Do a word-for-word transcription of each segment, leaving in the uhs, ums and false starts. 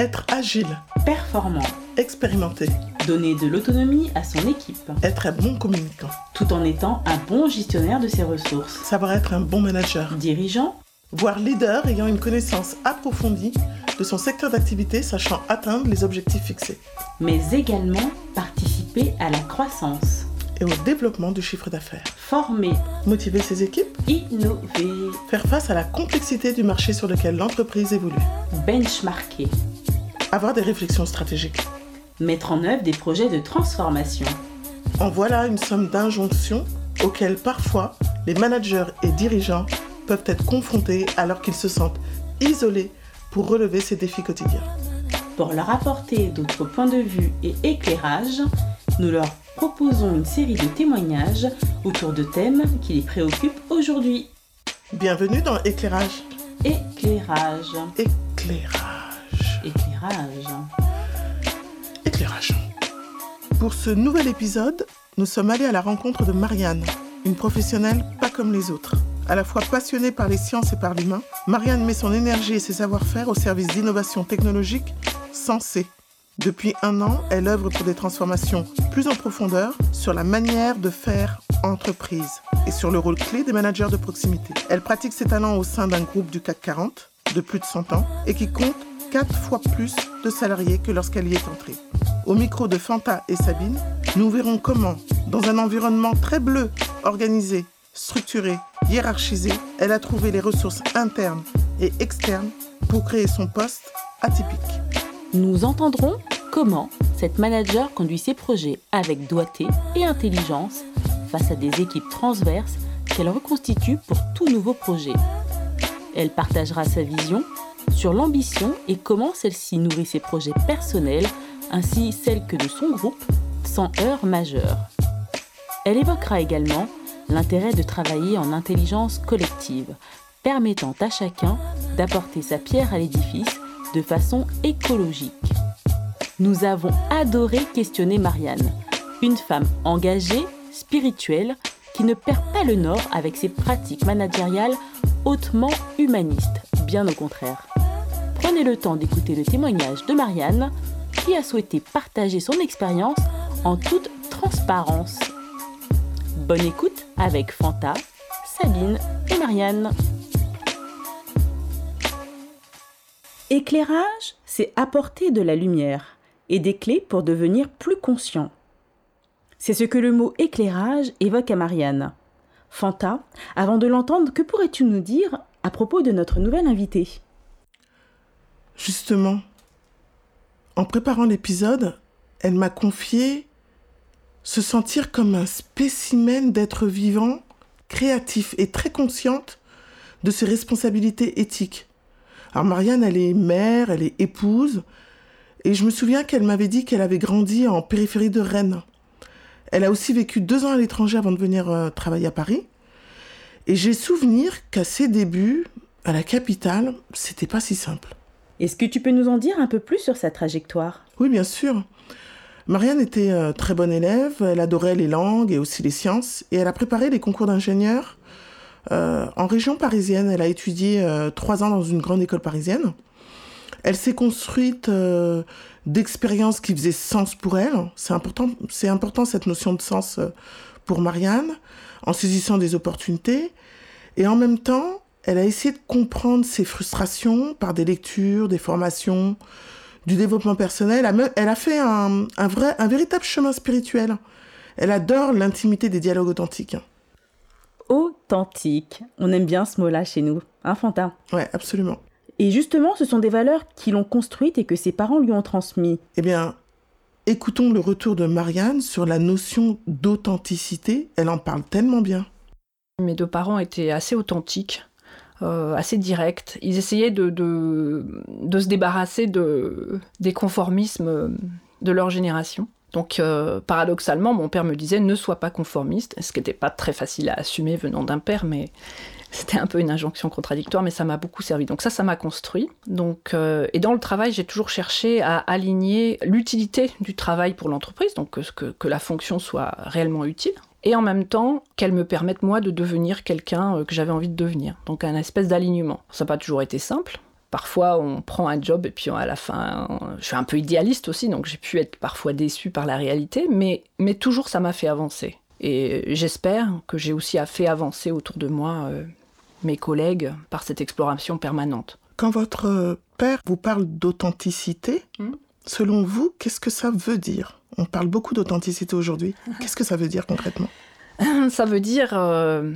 Être agile, performant, expérimenté, donner de l'autonomie à son équipe, être un bon communicant, tout en étant un bon gestionnaire de ses ressources, savoir être un bon manager, dirigeant, voire leader ayant une connaissance approfondie de son secteur d'activité sachant atteindre les objectifs fixés, mais également participer à la croissance, et au développement du chiffre d'affaires, former, motiver ses équipes, innover, faire face à la complexité du marché sur lequel l'entreprise évolue, benchmarker, avoir des réflexions stratégiques. mettre en œuvre des projets de transformation. En voilà une somme d'injonctions auxquelles parfois les managers et dirigeants peuvent être confrontés alors qu'ils se sentent isolés pour relever ces défis quotidiens. Pour leur apporter d'autres points de vue et éclairages, nous leur proposons une série de témoignages autour de thèmes qui les préoccupent aujourd'hui. Bienvenue dans Éclairage. Éclairage. Éclairage. Éclairage. Éclairage. Pour ce nouvel épisode, nous sommes allés à la rencontre de Marianne, une professionnelle pas comme les autres. À la fois passionnée par les sciences et par l'humain, Marianne met son énergie et ses savoir-faire au service d'innovations technologiques sensées. Depuis un an, elle œuvre pour des transformations plus en profondeur sur la manière de faire entreprise et sur le rôle clé des managers de proximité. Elle pratique ses talents au sein d'un groupe du C A C quarante de plus de cent ans et qui compte quatre fois plus de salariés que lorsqu'elle y est entrée. Au micro de Fanta et Sabine, nous verrons comment, dans un environnement très bleu, organisé, structuré, hiérarchisé, elle a trouvé les ressources internes et externes pour créer son poste atypique. Nous entendrons comment cette manager conduit ses projets avec doigté et intelligence face à des équipes transverses qu'elle reconstitue pour tout nouveau projet. Elle partagera sa vision sur l'ambition et comment celle-ci nourrit ses projets personnels ainsi celle que de son groupe sans heurts majeurs. Elle évoquera également l'intérêt de travailler en intelligence collective, permettant à chacun d'apporter sa pierre à l'édifice de façon écologique. Nous avons adoré questionner Marianne, une femme engagée, spirituelle, qui ne perd pas le nord avec ses pratiques managériales hautement humanistes, bien au contraire. Prenez le temps d'écouter le témoignage de Marianne, qui a souhaité partager son expérience en toute transparence. Bonne écoute avec Fanta, Sabine et Marianne. Éclairage, c'est apporter de la lumière et des clés pour devenir plus conscient. C'est ce que le mot éclairage évoque à Marianne. Fanta, avant de l'entendre, que pourrais-tu nous dire à propos de notre nouvelle invitée ? Justement, en préparant l'épisode, elle m'a confié se sentir comme un spécimen d'être vivant, créatif et très consciente de ses responsabilités éthiques. Alors Marianne, elle est mère, elle est épouse, et je me souviens qu'elle m'avait dit qu'elle avait grandi en périphérie de Rennes. Elle a aussi vécu deux ans à l'étranger avant de venir euh, travailler à Paris. Et j'ai souvenir qu'à ses débuts, à la capitale, c'était pas si simple. Est-ce que tu peux nous en dire un peu plus sur sa trajectoire ? Oui, bien sûr. Marianne était euh, très bonne élève, elle adorait les langues et aussi les sciences, et elle a préparé les concours d'ingénieur euh, en région parisienne. Elle a étudié euh, trois ans dans une grande école parisienne. Elle s'est construite euh, d'expériences qui faisaient sens pour elle. C'est important, c'est important cette notion de sens euh, pour Marianne, en saisissant des opportunités. Et en même temps, elle a essayé de comprendre ses frustrations par des lectures, des formations, du développement personnel. Elle a fait un, un, vrai, un véritable chemin spirituel. Elle adore l'intimité des dialogues authentiques. Authentique. On aime bien ce mot-là chez nous, hein Fanta ? Ouais, absolument. Et justement, ce sont des valeurs qui l'ont construite et que ses parents lui ont transmis. Eh bien, écoutons le retour de Marianne sur la notion d'authenticité. Elle en parle tellement bien. Mes deux parents étaient assez authentiques, euh, assez directs. Ils essayaient de, de, de se débarrasser de, des conformismes de leur génération. Donc, euh, paradoxalement, mon père me disait « ne sois pas conformiste », ce qui n'était pas très facile à assumer venant d'un père, mais c'était un peu une injonction contradictoire, mais ça m'a beaucoup servi. Donc ça, ça m'a construit. Donc, euh, et dans le travail, j'ai toujours cherché à aligner l'utilité du travail pour l'entreprise, donc que, que la fonction soit réellement utile, et en même temps qu'elle me permette, moi, de devenir quelqu'un que j'avais envie de devenir. Donc un espèce d'alignement. Ça n'a pas toujours été simple, Parfois, on prend un job et puis à la fin, je suis un peu idéaliste aussi, donc j'ai pu être parfois déçue par la réalité, mais, mais toujours ça m'a fait avancer. Et j'espère que j'ai aussi fait avancer autour de moi euh, mes collègues par cette exploration permanente. Quand votre père vous parle d'authenticité, mmh. selon vous, qu'est-ce que ça veut dire ? On parle beaucoup d'authenticité aujourd'hui. Qu'est-ce que ça veut dire concrètement ? Ça veut dire euh,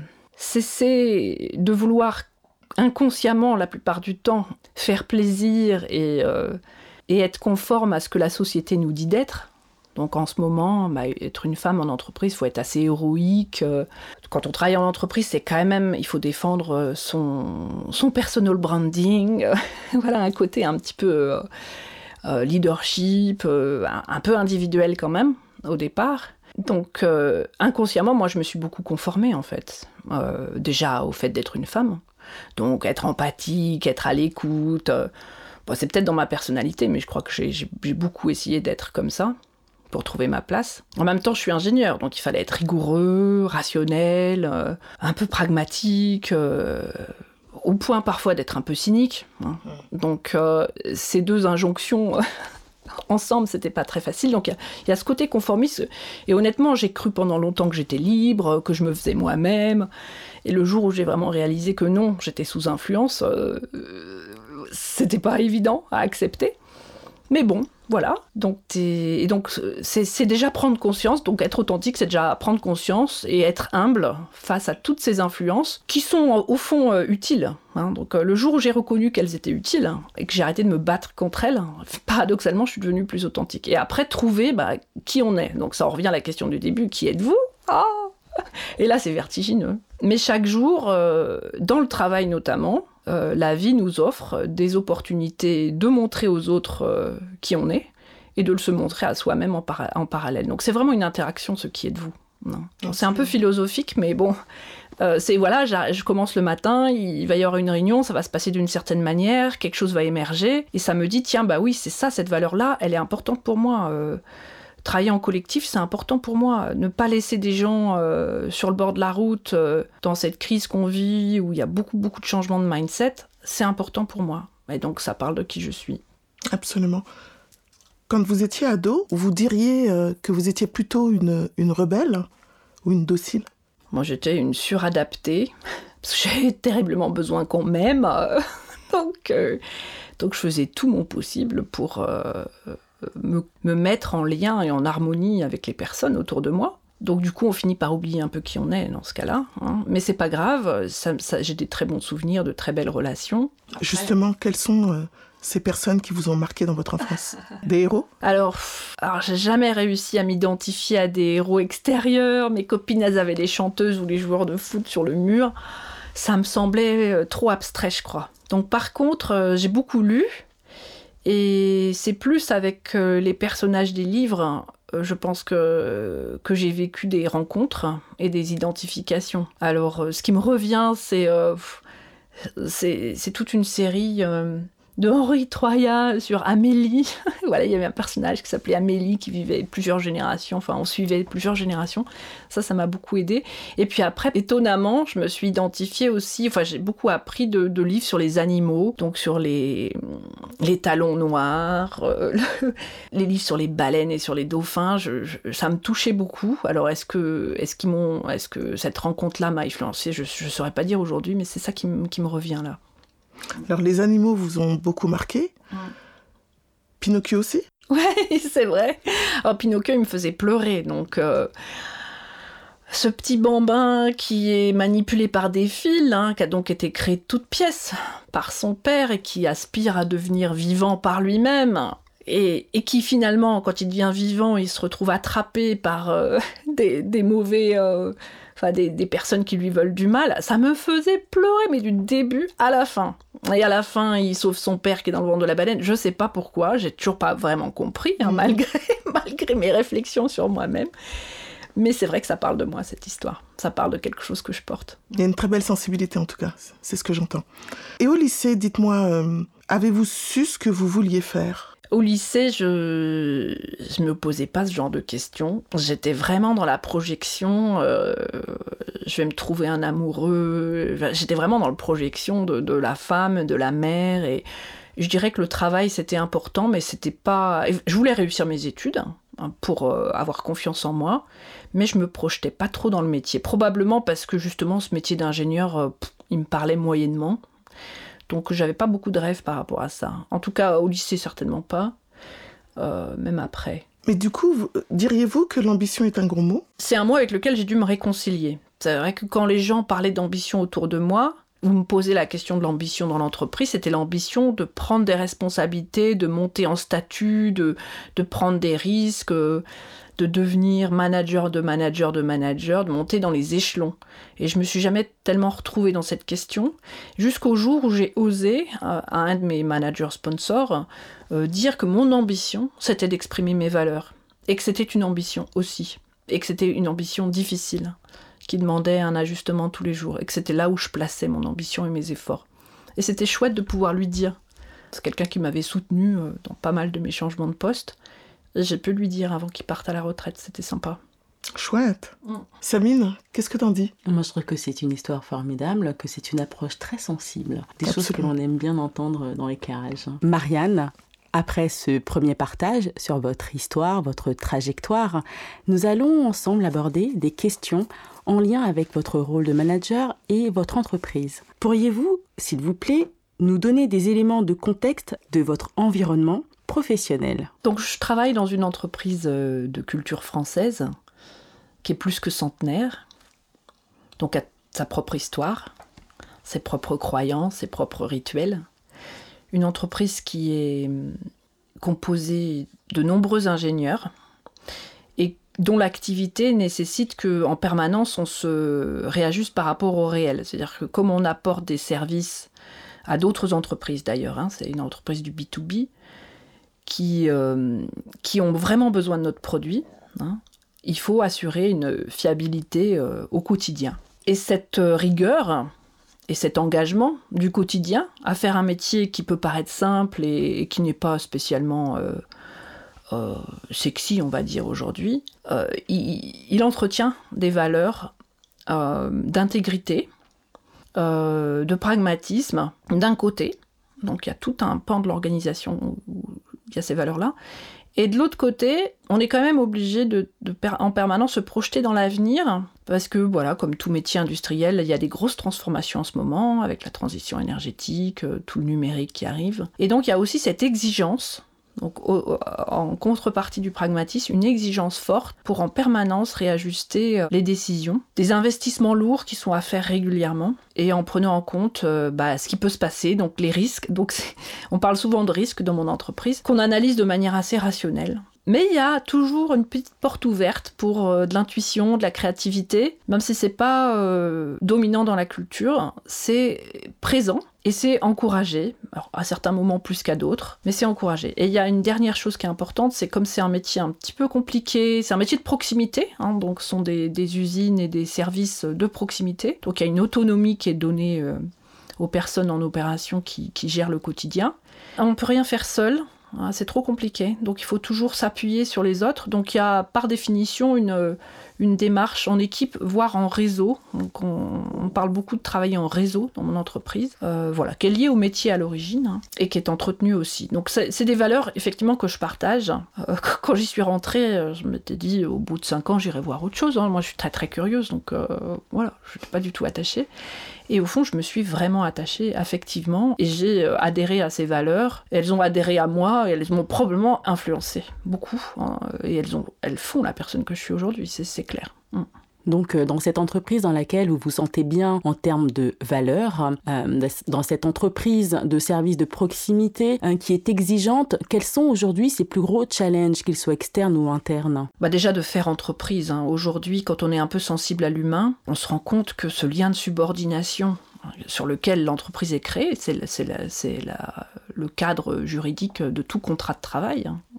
cesser de vouloir inconsciemment, la plupart du temps, faire plaisir et, euh, et être conforme à ce que la société nous dit d'être. Donc en ce moment, bah, être une femme en entreprise, il faut être assez héroïque. Quand on travaille en entreprise, c'est quand même, il faut défendre son, son personal branding. Voilà, un côté un petit peu euh, leadership, euh, un, un peu individuel quand même, au départ. Donc euh, inconsciemment, moi, je me suis beaucoup conformée, en fait. Euh, déjà au fait d'être une femme. Donc être empathique, être à l'écoute. Euh, bon, c'est peut-être dans ma personnalité, mais je crois que j'ai, j'ai, j'ai beaucoup essayé d'être comme ça, pour trouver ma place. En même temps, je suis ingénieur, donc il fallait être rigoureux, rationnel, euh, un peu pragmatique, euh, au point parfois d'être un peu cynique. Hein. Donc euh, ces deux injonctions ensemble, c'était pas très facile. Donc il y, y a ce côté conformiste. Et honnêtement, j'ai cru pendant longtemps que j'étais libre, que je me faisais moi-même. Et le jour où j'ai vraiment réalisé que non, j'étais sous influence, euh, c'était pas évident à accepter. Mais bon, voilà. Donc, et donc, c'est, c'est déjà prendre conscience. Donc, être authentique, c'est déjà prendre conscience et être humble face à toutes ces influences qui sont, au fond, euh, utiles. Hein. Donc, euh, le jour où j'ai reconnu qu'elles étaient utiles hein, et que j'ai arrêté de me battre contre elles, paradoxalement, je suis devenue plus authentique. Et après, trouver bah, qui on est. Donc, ça en revient à la question du début. Qui êtes-vous ? Ah ! Et là, c'est vertigineux. Mais chaque jour, euh, dans le travail notamment, Euh, la vie nous offre des opportunités de montrer aux autres euh, qui on est et de le se montrer à soi-même en, para- en parallèle. Donc c'est vraiment une interaction, ce qui êtes-vous. Non. Donc, c'est un peu philosophique, mais bon, euh, c'est voilà, je commence le matin, il va y avoir une réunion, ça va se passer d'une certaine manière, quelque chose va émerger, et ça me dit, tiens, bah oui, c'est ça, cette valeur-là, elle est importante pour moi. Euh, Travailler en collectif, c'est important pour moi. Ne pas laisser des gens euh, sur le bord de la route, euh, dans cette crise qu'on vit, où il y a beaucoup, beaucoup de changements de mindset, c'est important pour moi. Et donc, ça parle de qui je suis. Absolument. Quand vous étiez ado, vous diriez euh, que vous étiez plutôt une, une rebelle ou une docile ? Moi, j'étais une suradaptée, parce que j'avais terriblement besoin qu'on m'aime. Euh, donc, euh, donc, je faisais tout mon possible pour... Euh, Me, me mettre en lien et en harmonie avec les personnes autour de moi. Donc du coup, on finit par oublier un peu qui on est dans ce cas-là. Hein. Mais c'est pas grave, ça, ça, j'ai des très bons souvenirs, de très belles relations. Justement, quelles sont euh, ces personnes qui vous ont marqué dans votre enfance ? Des héros ? alors, alors, j'ai jamais réussi à m'identifier à des héros extérieurs. Mes copines, elles avaient les chanteuses ou les joueurs de foot sur le mur. Ça me semblait euh, trop abstrait, je crois. Donc par contre, euh, j'ai beaucoup lu. Et c'est plus avec euh, les personnages des livres, euh, je pense que, que j'ai vécu des rencontres et des identifications. Alors, euh, ce qui me revient, c'est, euh, c'est, c'est toute une série euh, de Henri Troya sur Amélie. Voilà, il y avait un personnage qui s'appelait Amélie qui vivait plusieurs générations, enfin on suivait plusieurs générations. Ça, ça m'a beaucoup aidée. Et puis après, étonnamment, je me suis identifiée aussi, enfin j'ai beaucoup appris de, de livres sur les animaux, donc sur les, les talons noirs, euh, le, les livres sur les baleines et sur les dauphins, je, je, ça me touchait beaucoup. Alors est-ce que, est-ce qu'ils m'ont, est-ce que cette rencontre-là m'a influencée ? Je ne saurais pas dire aujourd'hui, mais c'est ça qui, m- qui me revient là. Alors, les animaux vous ont beaucoup marqué. Mmh. Pinocchio aussi ? Oui, c'est vrai. Alors, Pinocchio, il me faisait pleurer. Donc, euh, ce petit bambin qui est manipulé par des fils, hein, qui a donc été créé de toutes pièces par son père et qui aspire à devenir vivant par lui-même. Et, et qui finalement, quand il devient vivant, il se retrouve attrapé par euh, des, des mauvais... Euh, Enfin, des, des personnes qui lui veulent du mal, ça me faisait pleurer, mais du début à la fin. Et à la fin, il sauve son père qui est dans le ventre de la baleine. Je sais pas pourquoi, j'ai toujours pas vraiment compris, hein, malgré, malgré mes réflexions sur moi-même. Mais c'est vrai que ça parle de moi, cette histoire. Ça parle de quelque chose que je porte. Il y a une très belle sensibilité, en tout cas. C'est ce que j'entends. Et au lycée, dites-moi, euh, avez-vous su ce que vous vouliez faire ? Au lycée, je je me posais pas ce genre de questions. J'étais vraiment dans la projection, euh, je vais me trouver un amoureux. J'étais vraiment dans la projection de, de la femme, de la mère. Et je dirais que le travail, c'était important, mais c'était pas... Je voulais réussir mes études hein, pour euh, avoir confiance en moi, mais je me projetais pas trop dans le métier. Probablement parce que justement, ce métier d'ingénieur, euh, pff, il me parlait moyennement. Donc j'avais pas beaucoup de rêves par rapport à ça. En tout cas, au lycée, certainement pas. Euh, même après. Mais du coup, vous, diriez-vous que l'ambition est un gros mot ? C'est un mot avec lequel j'ai dû me réconcilier. C'est vrai que quand les gens parlaient d'ambition autour de moi, vous me posez la question de l'ambition dans l'entreprise, c'était l'ambition de prendre des responsabilités, de monter en statut, de, de prendre des risques, de devenir manager de manager de manager, de monter dans les échelons. Et je me suis jamais tellement retrouvée dans cette question, jusqu'au jour où j'ai osé, euh, à un de mes managers sponsors, euh, dire que mon ambition, c'était d'exprimer mes valeurs. Et que c'était une ambition aussi. Et que c'était une ambition difficile, qui demandait un ajustement tous les jours. Et que c'était là où je plaçais mon ambition et mes efforts. Et c'était chouette de pouvoir lui dire. C'est quelqu'un qui m'avait soutenue euh, dans pas mal de mes changements de poste. Et j'ai pu lui dire avant qu'il parte à la retraite, c'était sympa. Chouette. Mm. Samine, qu'est-ce que t'en dis ? Moi, je trouve que c'est une histoire formidable, que c'est une approche très sensible. Des Absolument. Choses que l'on aime bien entendre dans l'éclairage. Marianne, après ce premier partage sur votre histoire, votre trajectoire, nous allons ensemble aborder des questions en lien avec votre rôle de manager et votre entreprise. Pourriez-vous, s'il vous plaît, nous donner des éléments de contexte de votre environnement professionnel ? Donc, je travaille dans une entreprise de culture française qui est plus que centenaire, donc a sa propre histoire, ses propres croyances, ses propres rituels. Une entreprise qui est composée de nombreux ingénieurs et dont l'activité nécessite qu'en permanence on se réajuste par rapport au réel. C'est-à-dire que comme on apporte des services à d'autres entreprises d'ailleurs, hein, c'est une entreprise du B to B, qui, euh, qui ont vraiment besoin de notre produit, hein, il faut assurer une fiabilité euh, au quotidien. Et cette euh, rigueur et cet engagement du quotidien à faire un métier qui peut paraître simple et, et qui n'est pas spécialement euh, euh, sexy, on va dire aujourd'hui, euh, il, il entretient des valeurs euh, d'intégrité, euh, de pragmatisme d'un côté. Donc il y a tout un pan de l'organisation où il y a ces valeurs-là. Et de l'autre côté, on est quand même obligé de, de per- en permanence se projeter dans l'avenir, parce que, voilà, comme tout métier industriel, il y a des grosses transformations en ce moment, avec la transition énergétique, euh, tout le numérique qui arrive. Et donc, il y a aussi cette exigence, donc au, au, en contrepartie du pragmatisme, une exigence forte pour en permanence réajuster euh, les décisions, des investissements lourds qui sont à faire régulièrement, et en prenant en compte euh, bah, ce qui peut se passer, donc les risques. Donc c'est... On parle souvent de risques dans mon entreprise, qu'on analyse de manière assez rationnelle. Mais il y a toujours une petite porte ouverte pour euh, de l'intuition, de la créativité, même si c'est pas euh, dominant dans la culture, c'est présent et c'est encouragé. Alors, à certains moments plus qu'à d'autres, mais c'est encouragé. Et il y a une dernière chose qui est importante, c'est comme c'est un métier un petit peu compliqué, c'est un métier de proximité, hein, donc ce sont des, des usines et des services de proximité. Donc il y a une autonomie qui est donnée euh, aux personnes en opération qui, qui gèrent le quotidien. On ne peut rien faire seul. C'est trop compliqué, donc il faut toujours s'appuyer sur les autres. Donc il y a par définition une, une démarche en équipe, voire en réseau. Donc on, on parle beaucoup de travailler en réseau dans mon entreprise, euh, voilà, qui est liée au métier à l'origine hein, et qui est entretenue aussi. Donc c'est, c'est des valeurs effectivement que je partage. Euh, quand j'y suis rentrée, je m'étais dit au bout de cinq ans j'irai voir autre chose. Hein. Moi je suis très très curieuse, donc euh, voilà, je n'étais pas du tout attachée. Et au fond, je me suis vraiment attachée affectivement et j'ai adhéré à ces valeurs. Elles ont adhéré à moi et elles m'ont probablement influencée beaucoup. Hein, et elles, ont, elles font la personne que je suis aujourd'hui, c'est, c'est clair. Mm. Donc, dans cette entreprise dans laquelle vous vous sentez bien en termes de valeurs, euh, dans cette entreprise de services de proximité euh, qui est exigeante, quels sont aujourd'hui ses plus gros challenges, qu'ils soient externes ou internes ? Bah déjà de faire entreprise. Hein. Aujourd'hui, quand on est un peu sensible à l'humain, on se rend compte que ce lien de subordination sur lequel l'entreprise est créée, c'est, c'est, la, c'est la, le cadre juridique de tout contrat de travail. Hein.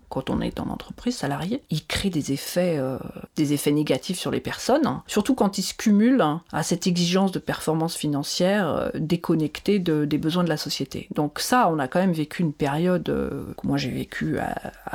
quand on est en entreprise salariée, il crée des effets, euh, des effets négatifs sur les personnes, hein, surtout quand ils se cumulent hein, à cette exigence de performance financière euh, déconnectée de, des besoins de la société. Donc ça, on a quand même vécu une période euh, que moi j'ai vécu euh,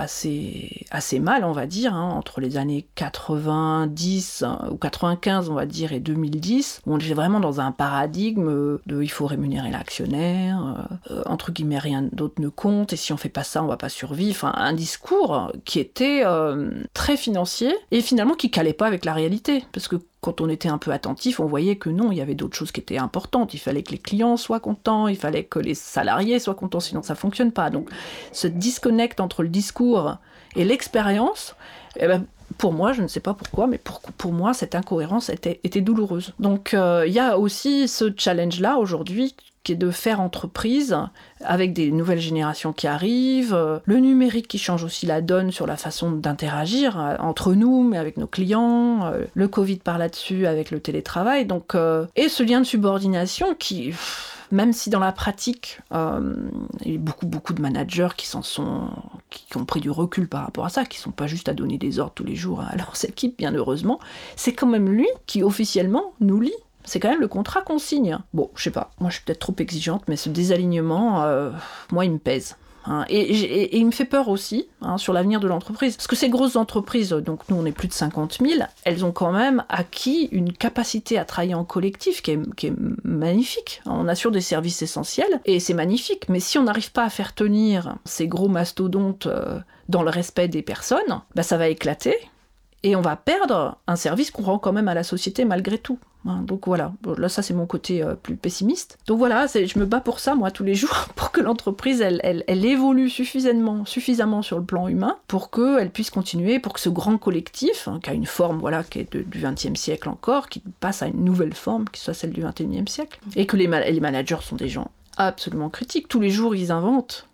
assez, assez mal, on va dire, hein, entre les années quatre-vingt-dix hein, ou quatre-vingt-quinze, on va dire, et deux mille dix, où on était vraiment dans un paradigme de il faut rémunérer l'actionnaire, euh, entre guillemets rien d'autre ne compte, et si on fait pas ça, on va pas survivre. Enfin, un discours qui était euh, très financier et finalement qui calait pas avec la réalité, parce que quand on était un peu attentif, on voyait que non, il y avait d'autres choses qui étaient importantes. Il fallait que les clients soient contents, il fallait que les salariés soient contents, sinon ça fonctionne pas. Donc, ce disconnect entre le discours et l'expérience, eh ben, pour moi, je ne sais pas pourquoi, mais pour, pour moi, cette incohérence était, était douloureuse. Donc, il euh, y a aussi ce challenge-là aujourd'hui, qui est de faire entreprise avec des nouvelles générations qui arrivent, euh, le numérique qui change aussi la donne sur la façon d'interagir euh, entre nous, mais avec nos clients, euh, le Covid par là-dessus avec le télétravail, donc, euh, et ce lien de subordination qui... Pff, même si dans la pratique, euh, il y a beaucoup, beaucoup de managers qui, s'en sont, qui ont pris du recul par rapport à ça, qui ne sont pas juste à donner des ordres tous les jours à leurs équipes, bien heureusement, c'est quand même lui qui officiellement nous lie. C'est quand même le contrat qu'on signe. Bon, je sais pas, moi je suis peut-être trop exigeante, mais ce désalignement, euh, moi il me pèse. Hein. Et, et, et il me fait peur aussi hein, sur l'avenir de l'entreprise. Parce que ces grosses entreprises, donc nous on est plus de cinquante mille, elles ont quand même acquis une capacité à travailler en collectif qui est, qui est magnifique. On assure des services essentiels et c'est magnifique. Mais si on n'arrive pas à faire tenir ces gros mastodontes euh, dans le respect des personnes, bah, ça va éclater et on va perdre un service qu'on rend quand même à la société malgré tout. Donc voilà, là ça c'est mon côté euh, plus pessimiste. Donc voilà, c'est, je me bats pour ça moi tous les jours, pour que l'entreprise elle, elle, elle évolue suffisamment, suffisamment sur le plan humain, pour qu'elle puisse continuer, pour que ce grand collectif, hein, qui a une forme voilà, qui est de, du vingtième siècle encore, qui passe à une nouvelle forme, qui soit celle du vingt et unième siècle. Et que les, ma- les managers sont des gens absolument critiques, tous les jours ils inventent.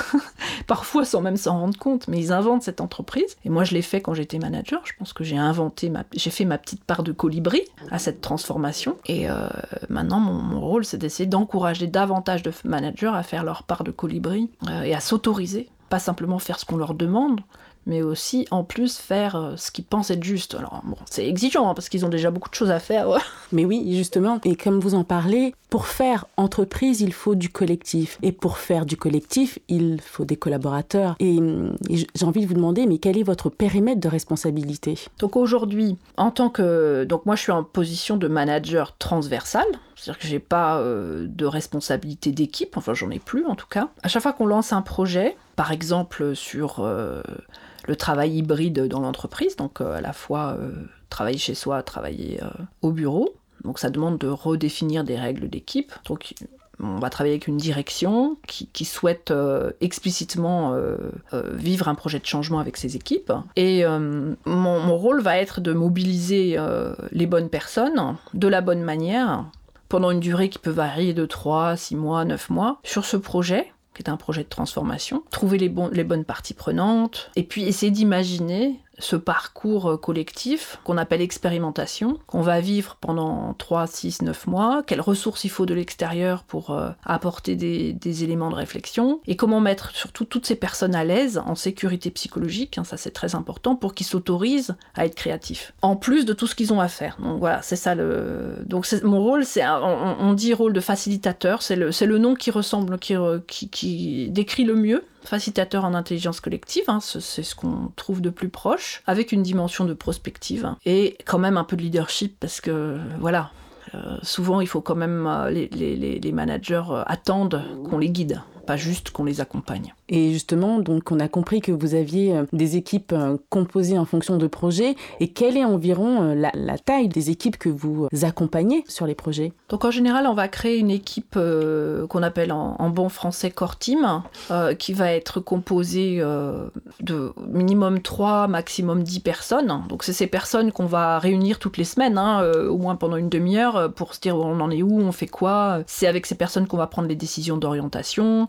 Parfois sans même s'en rendre compte, mais ils inventent cette entreprise. Et moi, je l'ai fait quand j'étais manager. Je pense que j'ai inventé, ma... j'ai fait ma petite part de colibri à cette transformation. Et euh, maintenant, mon, mon rôle, c'est d'essayer d'encourager davantage de managers à faire leur part de colibri euh, et à s'autoriser. Pas simplement faire ce qu'on leur demande, mais aussi, en plus, faire euh, ce qu'ils pensent être juste. Alors, bon, c'est exigeant, hein, parce qu'ils ont déjà beaucoup de choses à faire. Ouais. Mais oui, justement, et comme vous en parlez, pour faire entreprise, il faut du collectif. Et pour faire du collectif, il faut des collaborateurs. Et, et j'ai envie de vous demander, mais quel est votre périmètre de responsabilité ? Donc aujourd'hui, en tant que... Donc moi, je suis en position de manager transversal. C'est-à-dire que j'ai pas euh, de responsabilité d'équipe, enfin j'en ai plus en tout cas. À chaque fois qu'on lance un projet, par exemple sur euh, le travail hybride dans l'entreprise, donc euh, à la fois euh, travailler chez soi, travailler euh, au bureau, donc ça demande de redéfinir des règles d'équipe. Donc on va travailler avec une direction qui, qui souhaite euh, explicitement euh, euh, vivre un projet de changement avec ses équipes. Et euh, mon, mon rôle va être de mobiliser euh, les bonnes personnes de la bonne manière, pendant une durée qui peut varier de trois, six mois, neuf mois, sur ce projet, qui est un projet de transformation, trouver les, bons, les bonnes parties prenantes, et puis essayer d'imaginer ce parcours collectif qu'on appelle expérimentation, qu'on va vivre pendant trois, six, neuf mois, quelles ressources il faut de l'extérieur pour euh, apporter des, des éléments de réflexion, et comment mettre surtout toutes ces personnes à l'aise, en sécurité psychologique, hein, ça c'est très important, pour qu'ils s'autorisent à être créatifs, en plus de tout ce qu'ils ont à faire. Donc voilà, c'est ça le... Donc c'est... mon rôle, c'est un... on, on dit rôle de facilitateur, c'est le, c'est le nom qui ressemble, qui, qui, qui décrit le mieux, facilitateur en intelligence collective, hein, c'est ce qu'on trouve de plus proche, avec une dimension de prospective, hein, et quand même un peu de leadership, parce que, voilà, euh, souvent il faut quand même, euh, les, les, les managers euh, attendent qu'on les guide, pas juste qu'on les accompagne. Et justement, donc, on a compris que vous aviez euh, des équipes euh, composées en fonction de projets. Et quelle est environ euh, la, la taille des équipes que vous accompagnez sur les projets ? Donc en général, on va créer une équipe euh, qu'on appelle en, en bon français core team, euh, qui va être composée euh, de minimum trois, maximum dix personnes. Donc c'est ces personnes qu'on va réunir toutes les semaines, hein, euh, au moins pendant une demi-heure, pour se dire où on en est où, on fait quoi. C'est avec ces personnes qu'on va prendre les décisions d'orientation.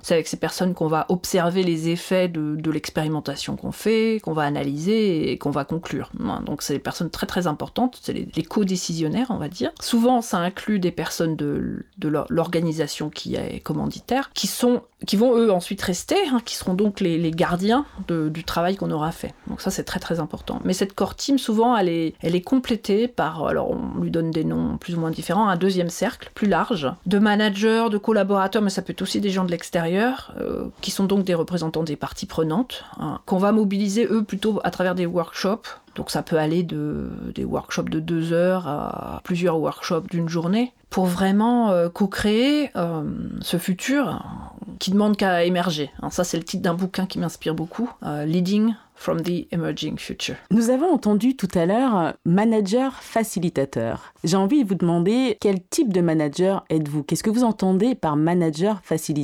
C'est avec ces personnes qu'on va observer les effets de, de l'expérimentation qu'on fait, qu'on va analyser et qu'on va conclure. Donc c'est des personnes très très importantes, c'est les, les co-décisionnaires, on va dire. Souvent, ça inclut des personnes de, de l'organisation qui est commanditaire, qui, sont, qui vont eux ensuite rester, hein, qui seront donc les, les gardiens de, du travail qu'on aura fait. Donc ça, c'est très très important. Mais cette core team, souvent, elle est, elle est complétée par, alors on lui donne des noms plus ou moins différents, un deuxième cercle, plus large, de managers, de collaborateurs, mais ça peut être aussi des gens de l'extérieur, euh, qui sont donc des représentants des parties prenantes, hein, qu'on va mobiliser, eux, plutôt à travers des workshops. Donc ça peut aller de, des workshops de deux heures à plusieurs workshops d'une journée, pour vraiment euh, co-créer euh, ce futur qui demande qu'à émerger. Hein, ça, c'est le titre d'un bouquin qui m'inspire beaucoup, euh, Leading from the Emerging Future. Nous avons entendu tout à l'heure manager facilitateur. J'ai envie de vous demander quel type de manager êtes-vous ? Qu'est-ce que vous entendez par manager facilitateur ?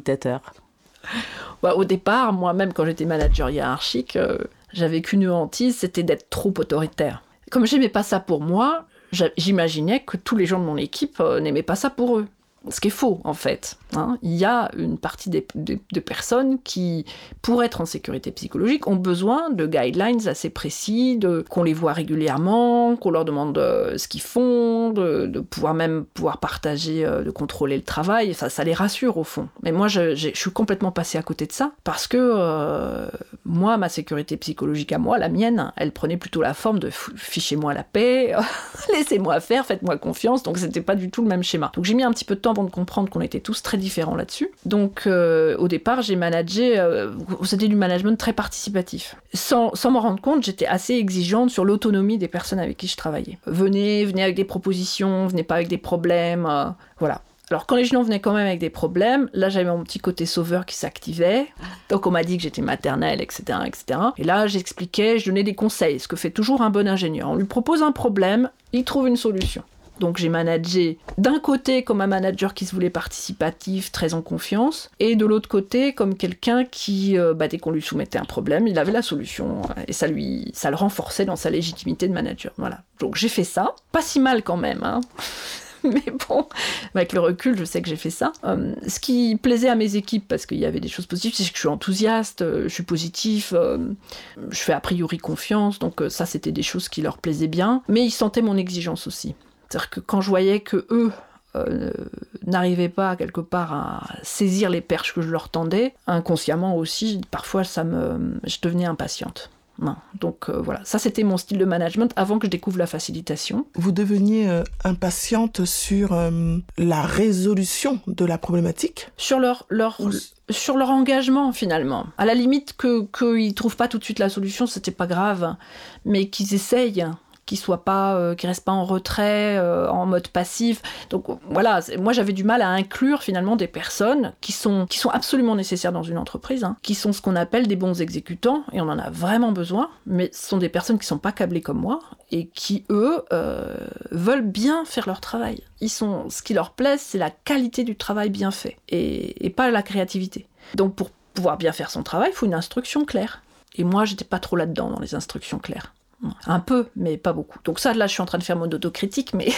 Bah, au départ, moi-même, quand j'étais manager hiérarchique, euh, j'avais qu'une hantise, c'était d'être trop autoritaire. Comme j'aimais pas ça pour moi, j'imaginais que tous les gens de mon équipe euh, n'aimaient pas ça pour eux. Ce qui est faux, en fait. Hein. Il y a une partie des, de, de personnes qui, pour être en sécurité psychologique, ont besoin de guidelines assez précis, de, qu'on les voit régulièrement, qu'on leur demande euh, ce qu'ils font, de, de pouvoir même pouvoir partager, euh, de contrôler le travail. Ça, ça les rassure, au fond. Mais moi, je, je, je suis complètement passée à côté de ça, parce que euh, moi, ma sécurité psychologique à moi, la mienne, elle prenait plutôt la forme de « fichez-moi la paix, laissez-moi faire, faites-moi confiance », donc c'était pas du tout le même schéma. Donc j'ai mis un petit peu de temps de comprendre qu'on était tous très différents là-dessus. Donc, euh, au départ, j'ai managé, euh, c'était du management très participatif. Sans, sans m'en rendre compte, j'étais assez exigeante sur l'autonomie des personnes avec qui je travaillais. Venez, venez avec des propositions, venez pas avec des problèmes, euh, voilà. Alors, quand les gens venaient quand même avec des problèmes, là, j'avais mon petit côté sauveur qui s'activait. Donc, on m'a dit que j'étais maternelle, et cetera, et cetera. Et là, j'expliquais, je donnais des conseils, ce que fait toujours un bon ingénieur. On lui propose un problème, il trouve une solution. Donc j'ai managé d'un côté comme un manager qui se voulait participatif, très en confiance, et de l'autre côté comme quelqu'un qui, euh, bah, dès qu'on lui soumettait un problème, il avait la solution, et ça, lui, ça le renforçait dans sa légitimité de manager. Voilà. Donc j'ai fait ça, pas si mal quand même, hein. Mais bon, avec le recul, je sais que j'ai fait ça. Euh, ce qui plaisait à mes équipes, parce qu'il y avait des choses positives, c'est que je suis enthousiaste, euh, je suis positif, euh, je fais a priori confiance, donc euh, ça c'était des choses qui leur plaisaient bien, mais ils sentaient mon exigence aussi. C'est-à-dire que quand je voyais que eux euh, n'arrivaient pas quelque part à saisir les perches que je leur tendais, inconsciemment aussi, parfois ça me, je devenais impatiente. Non. Donc euh, voilà, ça c'était mon style de management avant que je découvre la facilitation. Vous deveniez euh, impatiente sur euh, la résolution de la problématique ? Sur leur, leur, Ou... sur leur engagement finalement. À la limite que, qu'ils ne trouvent pas tout de suite la solution, c'était pas grave, mais qu'ils essayent. Qu'ils soient pas, euh, qu'ils restent pas en retrait, euh, en mode passif. Donc voilà, moi j'avais du mal à inclure finalement des personnes qui sont, qui sont absolument nécessaires dans une entreprise, hein, qui sont ce qu'on appelle des bons exécutants, et on en a vraiment besoin, mais ce sont des personnes qui sont pas câblées comme moi, et qui eux euh, veulent bien faire leur travail. Ils sont, ce qui leur plaît, c'est la qualité du travail bien fait, et, et pas la créativité. Donc pour pouvoir bien faire son travail, il faut une instruction claire. Et moi j'étais pas trop là-dedans dans les instructions claires. Un peu, mais pas beaucoup. Donc ça, là, je suis en train de faire mon autocritique, mais...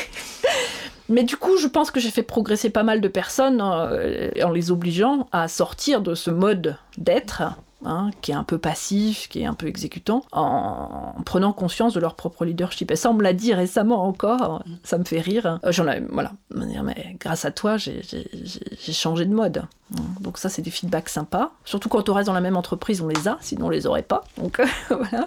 mais du coup, je pense que j'ai fait progresser pas mal de personnes euh, en les obligeant à sortir de ce mode d'être, hein, qui est un peu passif, qui est un peu exécutant, en, en prenant conscience de leur propre leadership. Et ça, on me l'a dit récemment encore, ça me fait rire. Euh, j'en ai, voilà, mais grâce à toi, j'ai, j'ai, j'ai changé de mode. Donc ça, c'est des feedbacks sympas. Surtout quand on reste dans la même entreprise, on les a, sinon on les aurait pas. Donc voilà.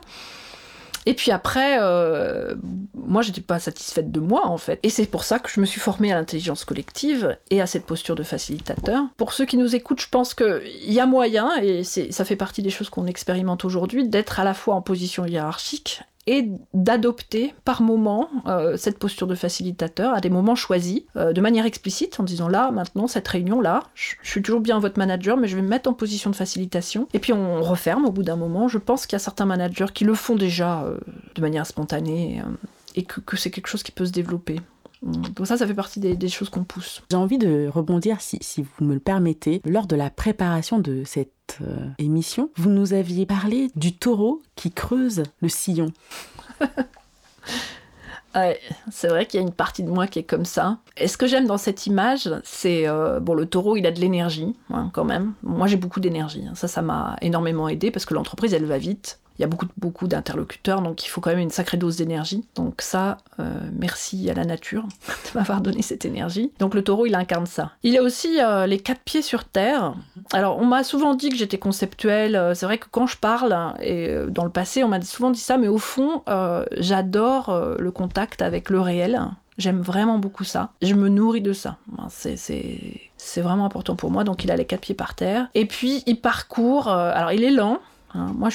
Et puis après, euh, moi, j'étais pas satisfaite de moi, en fait. Et c'est pour ça que je me suis formée à l'intelligence collective et à cette posture de facilitateur. Pour ceux qui nous écoutent, je pense qu'il y a moyen, et c'est, ça fait partie des choses qu'on expérimente aujourd'hui, d'être à la fois en position hiérarchique et d'adopter par moment euh, cette posture de facilitateur à des moments choisis, euh, de manière explicite, en disant là, maintenant, cette réunion-là, je, je suis toujours bien votre manager, mais je vais me mettre en position de facilitation. Et puis on referme au bout d'un moment. Je pense qu'il y a certains managers qui le font déjà euh, de manière spontanée euh, et que, que c'est quelque chose qui peut se développer. Donc ça, ça fait partie des, des choses qu'on pousse. J'ai envie de rebondir, si, si vous me le permettez. Lors de la préparation de cette euh, émission, vous nous aviez parlé du taureau qui creuse le sillon. Ouais, c'est vrai qu'il y a une partie de moi qui est comme ça. Et ce que j'aime dans cette image, c'est... Euh, bon, le taureau, il a de l'énergie, hein, quand même. Moi, j'ai beaucoup d'énergie. Ça, ça m'a énormément aidée parce que l'entreprise, elle va vite. Il y a beaucoup, beaucoup d'interlocuteurs, donc il faut quand même une sacrée dose d'énergie. Donc ça, euh, merci à la nature de m'avoir donné cette énergie. Donc le taureau, il incarne ça. Il a aussi euh, les quatre pieds sur terre. Alors, on m'a souvent dit que j'étais conceptuelle. C'est vrai que quand je parle, et dans le passé, on m'a souvent dit ça, mais au fond, euh, j'adore euh, le contact avec le réel. J'aime vraiment beaucoup ça. Je me nourris de ça. C'est, c'est, c'est vraiment important pour moi. Donc il a les quatre pieds par terre. Et puis, il parcourt... Euh, alors, il est lent. Hein. Moi, je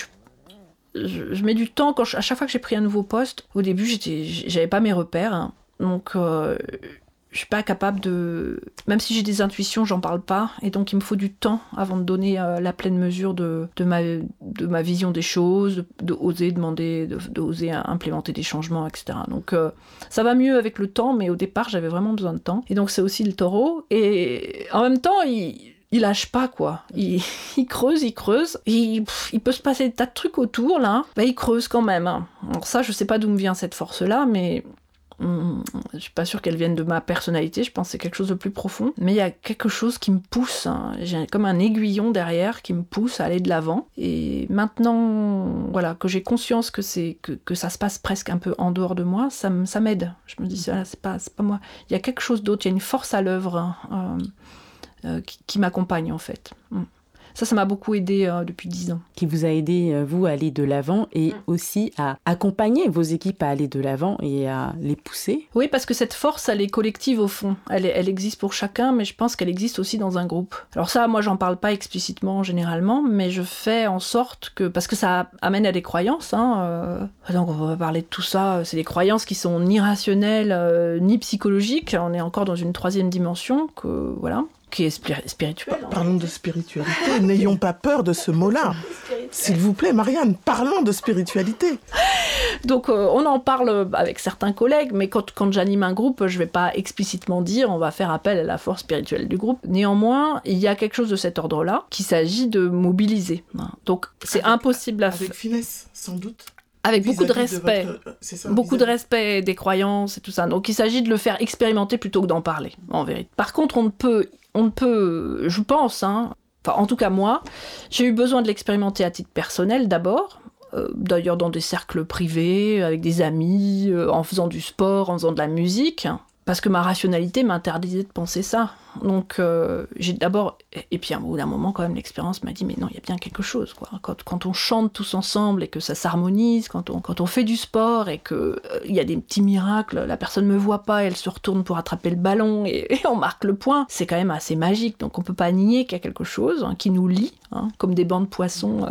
Je, je mets du temps quand je, à chaque fois que j'ai pris un nouveau poste. Au début, j'étais, j'avais pas mes repères, hein. Donc euh, je suis pas capable de. Même si j'ai des intuitions, j'en parle pas, et donc il me faut du temps avant de donner euh, la pleine mesure de, de ma de ma vision des choses, de, de oser demander, de, de oser implémenter des changements, et cetera. Donc euh, ça va mieux avec le temps, mais au départ, j'avais vraiment besoin de temps. Et donc c'est aussi le taureau, et en même temps, il Il lâche pas, quoi. Il, il creuse, il creuse. Il, pff, il peut se passer des tas de trucs autour, là. Bah, il creuse quand même. Alors ça, je sais pas d'où me vient cette force-là, mais hum, je suis pas sûre qu'elle vienne de ma personnalité. Je pense que c'est quelque chose de plus profond. Mais il y a quelque chose qui me pousse. Hein. J'ai comme un aiguillon derrière qui me pousse à aller de l'avant. Et maintenant, voilà, que j'ai conscience que, c'est, que, que ça se passe presque un peu en dehors de moi, ça, ça m'aide. Je me dis, voilà, c'est pas, c'est pas moi. Il y a quelque chose d'autre. Il y a une force à l'œuvre. Hein. Euh, Euh, qui, qui m'accompagne en fait. Mm. Ça, ça m'a beaucoup aidé euh, depuis dix ans. Qui vous a aidé, euh, vous, à aller de l'avant et mm. aussi à accompagner vos équipes à aller de l'avant et à les pousser. Oui, parce que cette force, elle est collective au fond. Elle, est, elle existe pour chacun, mais je pense qu'elle existe aussi dans un groupe. Alors ça, moi, j'en parle pas explicitement généralement, mais je fais en sorte que... Parce que ça amène à des croyances. Hein, euh... Donc on va parler de tout ça. C'est des croyances qui sont ni rationnelles, euh, ni psychologiques. On est encore dans une troisième dimension que... Voilà. Qui est spir- spirituel. Hein. Parlons de spiritualité, n'ayons pas peur de ce mot-là. S'il vous plaît, Marianne, parlons de spiritualité. Donc euh, on en parle avec certains collègues, mais quand, quand j'anime un groupe, je ne vais pas explicitement dire on va faire appel à la force spirituelle du groupe. Néanmoins, il y a quelque chose de cet ordre-là qu'il s'agit de mobiliser. Donc c'est avec, impossible à faire. Avec finesse, sans doute. Avec beaucoup de respect, de votre... ça, beaucoup vis-à-vis. de respect des croyances et tout ça. Donc il s'agit de le faire expérimenter plutôt que d'en parler, en vérité. Par contre, on ne peut, on ne peut, je pense, hein, enfin en tout cas moi, j'ai eu besoin de l'expérimenter à titre personnel d'abord, euh, d'ailleurs dans des cercles privés, avec des amis, euh, en faisant du sport, en faisant de la musique. Parce que ma rationalité m'interdisait de penser ça. Donc, euh, j'ai d'abord... Et puis, au bout d'un moment, quand même, l'expérience m'a dit, mais non, il y a bien quelque chose, quoi. Quand, quand on chante tous ensemble et que ça s'harmonise, quand on, quand on fait du sport et qu'il euh, y a des petits miracles, la personne ne me voit pas, elle se retourne pour attraper le ballon et, et on marque le point, c'est quand même assez magique. Donc, on ne peut pas nier qu'il y a quelque chose hein, qui nous lie, hein, comme des bancs de poissons.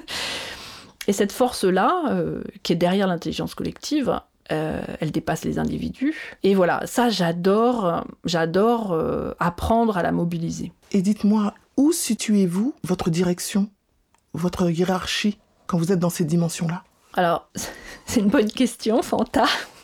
Et cette force-là, euh, qui est derrière l'intelligence collective... Euh, elle dépasse les individus. Et voilà, ça, j'adore, j'adore euh, apprendre à la mobiliser. Et dites-moi, où situez-vous votre direction, votre hiérarchie, quand vous êtes dans ces dimensions-là ? Alors, c'est une bonne question, Fanta.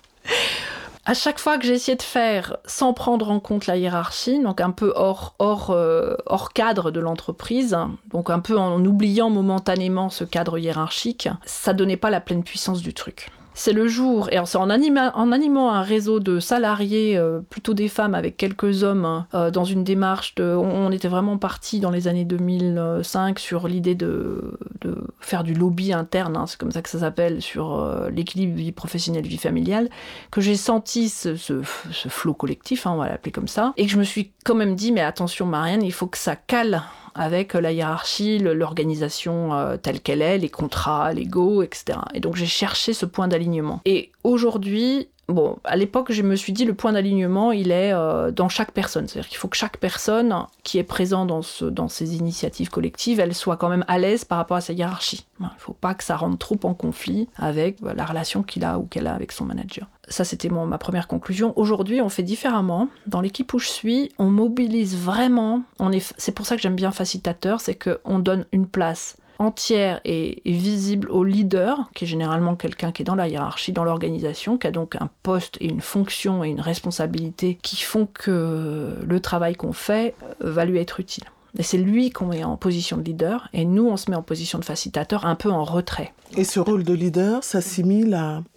À chaque fois que j'ai essayé de faire sans prendre en compte la hiérarchie, donc un peu hors, hors, euh, hors cadre de l'entreprise, donc un peu en oubliant momentanément ce cadre hiérarchique, ça donnait pas la pleine puissance du truc. C'est le jour, et alors c'est en, anima, en animant un réseau de salariés, euh, plutôt des femmes avec quelques hommes, euh, dans une démarche de... On, on était vraiment partis dans les années deux mille cinq sur l'idée de, de faire du lobby interne, hein, c'est comme ça que ça s'appelle, sur euh, l'équilibre vie professionnelle, vie familiale, que j'ai senti ce, ce, ce flot collectif, hein, on va l'appeler comme ça, et que je me suis quand même dit, mais attention Marianne, il faut que ça cale avec la hiérarchie, l'organisation euh, telle qu'elle est, les contrats, les go, et cetera. Et donc j'ai cherché ce point d'alignement. Et aujourd'hui, bon, à l'époque, je me suis dit, le point d'alignement, il est euh, dans chaque personne. C'est-à-dire qu'il faut que chaque personne qui est présente dans, ce, dans ces initiatives collectives, elle soit quand même à l'aise par rapport à sa hiérarchie. Il ne faut pas que ça rentre trop en conflit avec bah, la relation qu'il a ou qu'elle a avec son manager. Ça, c'était mon, ma première conclusion. Aujourd'hui, on fait différemment. Dans l'équipe où je suis, on mobilise vraiment. On est, c'est pour ça que j'aime bien facilitateur, c'est qu'on donne une place entière et, et visible au leader, qui est généralement quelqu'un qui est dans la hiérarchie, dans l'organisation, qui a donc un poste et une fonction et une responsabilité qui font que le travail qu'on fait va lui être utile. Et c'est lui qu'on met en position de leader, et nous, on se met en position de facilitateur, un peu en retrait. Et ce rôle de leader s'assimile à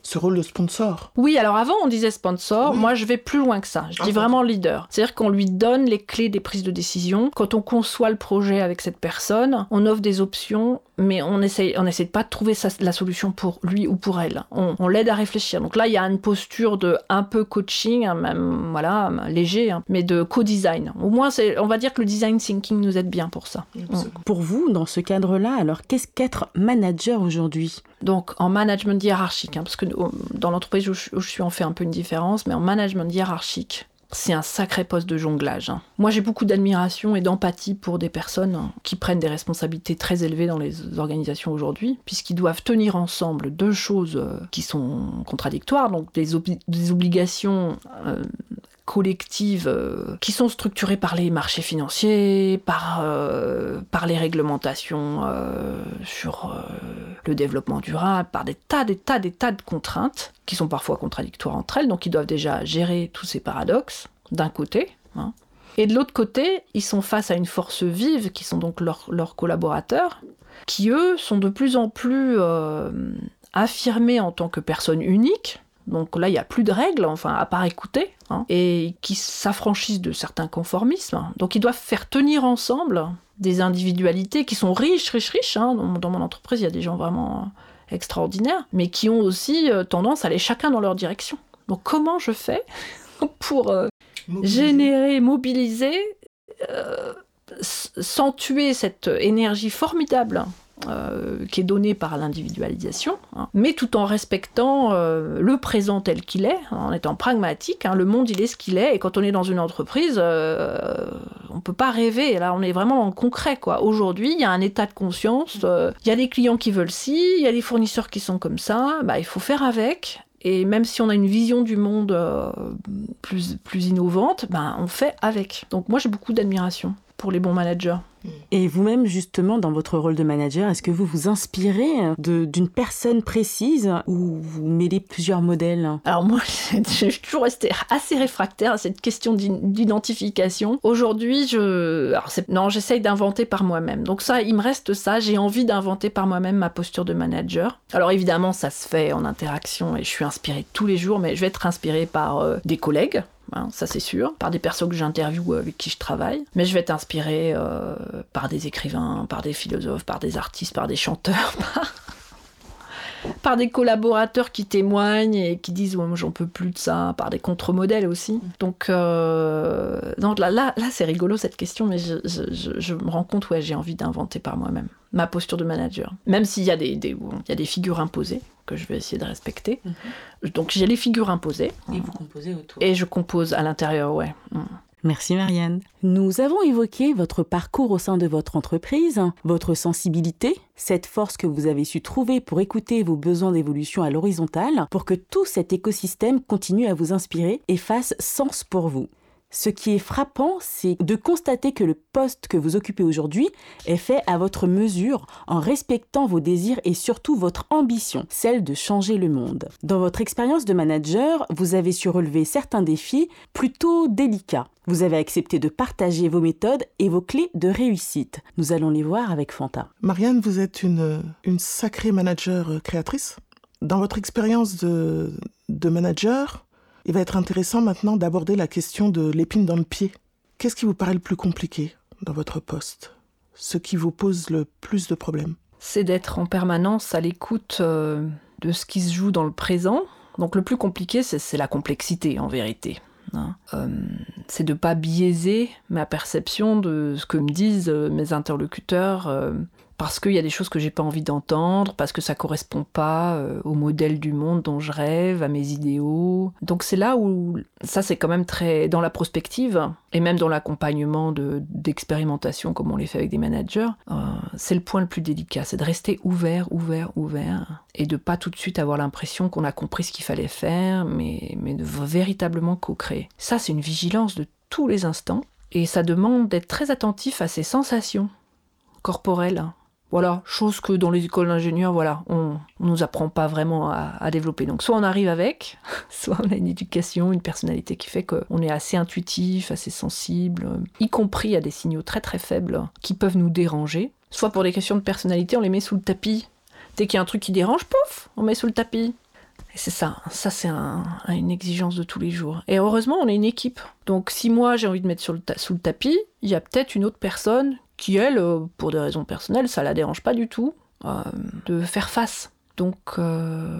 ce rôle de sponsor. Oui, alors avant on disait sponsor, oui. Moi je vais plus loin que ça, je dis ah, vraiment leader. C'est-à-dire qu'on lui donne les clés des prises de décision. Quand on conçoit le projet avec cette personne, on offre des options, mais on essaie, on essaie de pas de trouver sa, la solution pour lui ou pour elle. On, on l'aide à réfléchir. Donc là il y a une posture de un peu coaching, hein, même voilà, léger, hein, mais de co-design. Au moins c'est, on va dire que le design thinking nous aide bien pour ça. Mmh. Pour vous, dans ce cadre-là, alors qu'est-ce qu'être manager aujourd'hui ? Donc en management hiérarchique, hein, parce que dans l'entreprise où je, où je suis, on fait un peu une différence, mais en management hiérarchique, c'est un sacré poste de jonglage. Hein. Moi, j'ai beaucoup d'admiration et d'empathie pour des personnes hein, qui prennent des responsabilités très élevées dans les organisations aujourd'hui, puisqu'ils doivent tenir ensemble deux choses euh, qui sont contradictoires, donc des, ob- des obligations euh, collectives euh, qui sont structurées par les marchés financiers, par, euh, par les réglementations euh, sur euh, le développement durable, par des tas, des tas, des tas de contraintes qui sont parfois contradictoires entre elles, donc ils doivent déjà gérer tous ces paradoxes, d'un côté, hein. Et de l'autre côté, ils sont face à une force vive, qui sont donc leurs, leurs collaborateurs, qui eux sont de plus en plus euh, affirmés en tant que personnes uniques. Donc là, il n'y a plus de règles, enfin, à part écouter, hein, et qui s'affranchissent de certains conformismes. Donc ils doivent faire tenir ensemble des individualités qui sont riches, riches, riches. Hein. Dans, dans mon entreprise, il y a des gens vraiment extraordinaires, mais qui ont aussi euh, tendance à aller chacun dans leur direction. Donc comment je fais pour euh, mobiliser. générer, mobiliser, euh, sans tuer cette énergie formidable Euh, qui est donné par l'individualisation, hein, mais tout en respectant euh, le présent tel qu'il est, hein, en étant pragmatique, hein, le monde il est ce qu'il est, et quand on est dans une entreprise, euh, on peut pas rêver, là on est vraiment dans le concret, quoi. Aujourd'hui, il y a un état de conscience, il euh, y a des clients qui veulent ci, il y a des fournisseurs qui sont comme ça, bah, il faut faire avec, et même si on a une vision du monde euh, plus, plus innovante, bah, on fait avec. Donc moi j'ai beaucoup d'admiration pour les bons managers. Et vous-même, justement, dans votre rôle de manager, est-ce que vous vous inspirez de, d'une personne précise ou vous mêlez plusieurs modèles ? Alors moi, je suis toujours restée assez réfractaire à cette question d'identification. Aujourd'hui, je... Alors c'est... non, j'essaye d'inventer par moi-même. Donc ça, il me reste ça. J'ai envie d'inventer par moi-même ma posture de manager. Alors évidemment, ça se fait en interaction et je suis inspirée tous les jours, mais je vais être inspirée par euh, des collègues. Hein, ça c'est sûr, par des personnes que j'interviewe avec qui je travaille, mais je vais être inspirée euh, par des écrivains, par des philosophes, par des artistes, par des chanteurs, par, par des collaborateurs qui témoignent et qui disent ouais, moi j'en peux plus de ça, par des contre-modèles aussi. Donc, euh, donc là, là, là c'est rigolo cette question, mais je, je, je, je me rends compte ouais j'ai envie d'inventer par moi-même ma posture de manager, même s'il y a des, des, il y a des figures imposées que je vais essayer de respecter. Mmh. Donc j'ai les figures imposées. Et vous composez autour. Et je compose à l'intérieur, ouais. Mmh. Merci Marianne. Nous avons évoqué votre parcours au sein de votre entreprise, votre sensibilité, cette force que vous avez su trouver pour écouter vos besoins d'évolution à l'horizontale, pour que tout cet écosystème continue à vous inspirer et fasse sens pour vous. Ce qui est frappant, c'est de constater que le poste que vous occupez aujourd'hui est fait à votre mesure, en respectant vos désirs et surtout votre ambition, celle de changer le monde. Dans votre expérience de manager, vous avez su relever certains défis plutôt délicats. Vous avez accepté de partager vos méthodes et vos clés de réussite. Nous allons les voir avec Fanta. Marianne, vous êtes une, une sacrée manager créatrice. Dans votre expérience de, de manager, il va être intéressant maintenant d'aborder la question de l'épine dans le pied. Qu'est-ce qui vous paraît le plus compliqué dans votre poste ? Ce qui vous pose le plus de problèmes ? C'est d'être en permanence à l'écoute euh, de ce qui se joue dans le présent. Donc le plus compliqué, c'est, c'est la complexité en vérité. Hein. Euh, c'est de ne pas biaiser ma perception de ce que me disent euh, mes interlocuteurs euh, parce qu'il y a des choses que j'ai pas envie d'entendre, parce que ça correspond pas euh, au modèle du monde dont je rêve, à mes idéaux. Donc c'est là où, ça c'est quand même très, dans la prospective, et même dans l'accompagnement de, d'expérimentation comme on les fait avec des managers, euh, c'est le point le plus délicat, c'est de rester ouvert, ouvert, ouvert, et de pas tout de suite avoir l'impression qu'on a compris ce qu'il fallait faire, mais, mais de véritablement co-créer. Ça c'est une vigilance de tous les instants, et ça demande d'être très attentif à ses sensations corporelles. Voilà, chose que dans les écoles d'ingénieurs, voilà, on ne nous apprend pas vraiment à, à développer. Donc soit on arrive avec, soit on a une éducation, une personnalité qui fait qu'on est assez intuitif, assez sensible, y compris à des signaux très très faibles qui peuvent nous déranger. Soit pour des questions de personnalité, on les met sous le tapis. Dès qu'il y a un truc qui dérange, pouf, on met sous le tapis. Et c'est ça, ça c'est un, une exigence de tous les jours. Et heureusement, on est une équipe. Donc si moi j'ai envie de mettre sur le ta- sous le tapis, il y a peut-être une autre personne qui, elle, euh, pour des raisons personnelles, ça la dérange pas du tout euh, de faire face. Donc euh,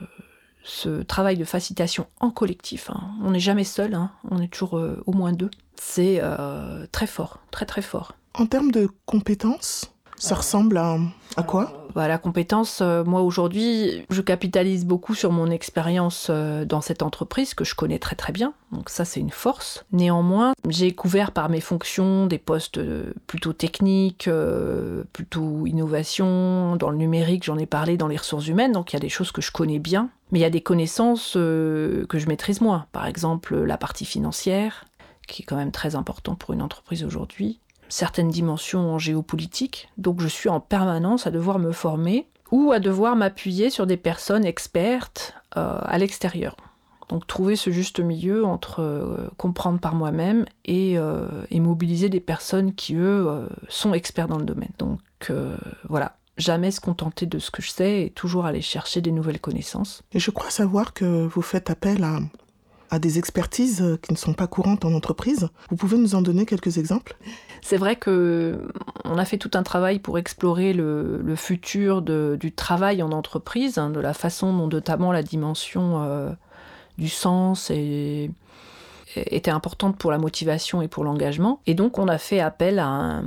ce travail de facilitation en collectif, hein, on n'est jamais seul, hein, on est toujours euh, au moins deux, c'est euh, très fort, très très fort. En termes de compétences, ça ressemble à, à quoi ? Bah, la compétence, euh, moi aujourd'hui, je capitalise beaucoup sur mon expérience euh, dans cette entreprise que je connais très très bien. Donc ça, c'est une force. Néanmoins, j'ai couvert par mes fonctions des postes euh, plutôt techniques, euh, plutôt innovation. Dans le numérique, j'en ai parlé, dans les ressources humaines. Donc il y a des choses que je connais bien. Mais il y a des connaissances euh, que je maîtrise moins. Par exemple, la partie financière, qui est quand même très important pour une entreprise aujourd'hui. Certaines dimensions en géopolitique, donc je suis en permanence à devoir me former ou à devoir m'appuyer sur des personnes expertes euh, à l'extérieur. Donc trouver ce juste milieu entre euh, comprendre par moi-même et, euh, et mobiliser des personnes qui, eux, euh, sont experts dans le domaine. Donc euh, voilà, jamais se contenter de ce que je sais et toujours aller chercher des nouvelles connaissances. Et je crois savoir que vous faites appel à, à des expertises qui ne sont pas courantes en entreprise. Vous pouvez nous en donner quelques exemples ? C'est vrai qu'on a fait tout un travail pour explorer le, le futur de, du travail en entreprise, hein, de la façon dont notamment la dimension euh, du sens est, était importante pour la motivation et pour l'engagement. Et donc on a fait appel à un,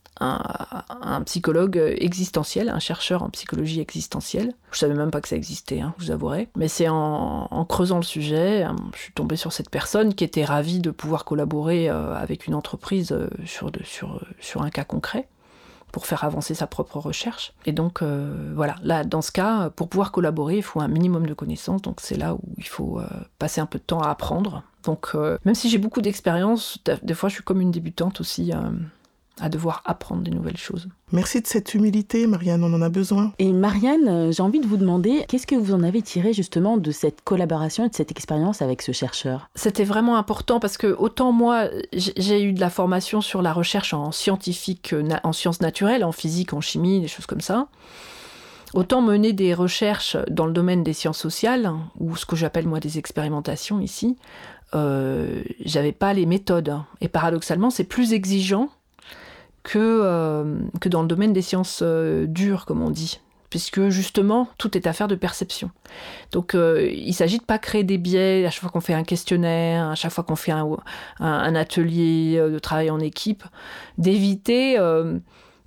un, un psychologue existentiel, un chercheur en psychologie existentielle. Je ne savais même pas que ça existait, hein, je vous avouerai. Mais c'est en, en creusant le sujet, hein, je suis tombée sur cette personne qui était ravie de pouvoir collaborer euh, avec une entreprise euh, sur, de, sur, sur un cas concret pour faire avancer sa propre recherche. Et donc, euh, voilà, là, dans ce cas, pour pouvoir collaborer, il faut un minimum de connaissances. Donc, c'est là où il faut euh, passer un peu de temps à apprendre. Donc, euh, même si j'ai beaucoup d'expérience, des fois, je suis comme une débutante aussi, euh, à devoir apprendre des nouvelles choses. Merci de cette humilité, Marianne, on en a besoin. Et Marianne, j'ai envie de vous demander, qu'est-ce que vous en avez tiré justement de cette collaboration et de cette expérience avec ce chercheur ? C'était vraiment important parce que autant moi, j'ai eu de la formation sur la recherche en scientifique, en sciences naturelles, en physique, en chimie, des choses comme ça. Autant mener des recherches dans le domaine des sciences sociales, ou ce que j'appelle moi des expérimentations ici, euh, j'avais pas les méthodes. Et paradoxalement, c'est plus exigeant que, euh, que dans le domaine des sciences euh, dures, comme on dit, puisque justement, tout est affaire de perception. Donc, euh, il ne s'agit de ne pas créer des biais à chaque fois qu'on fait un questionnaire, à chaque fois qu'on fait un, un, un atelier de travail en équipe, d'éviter euh,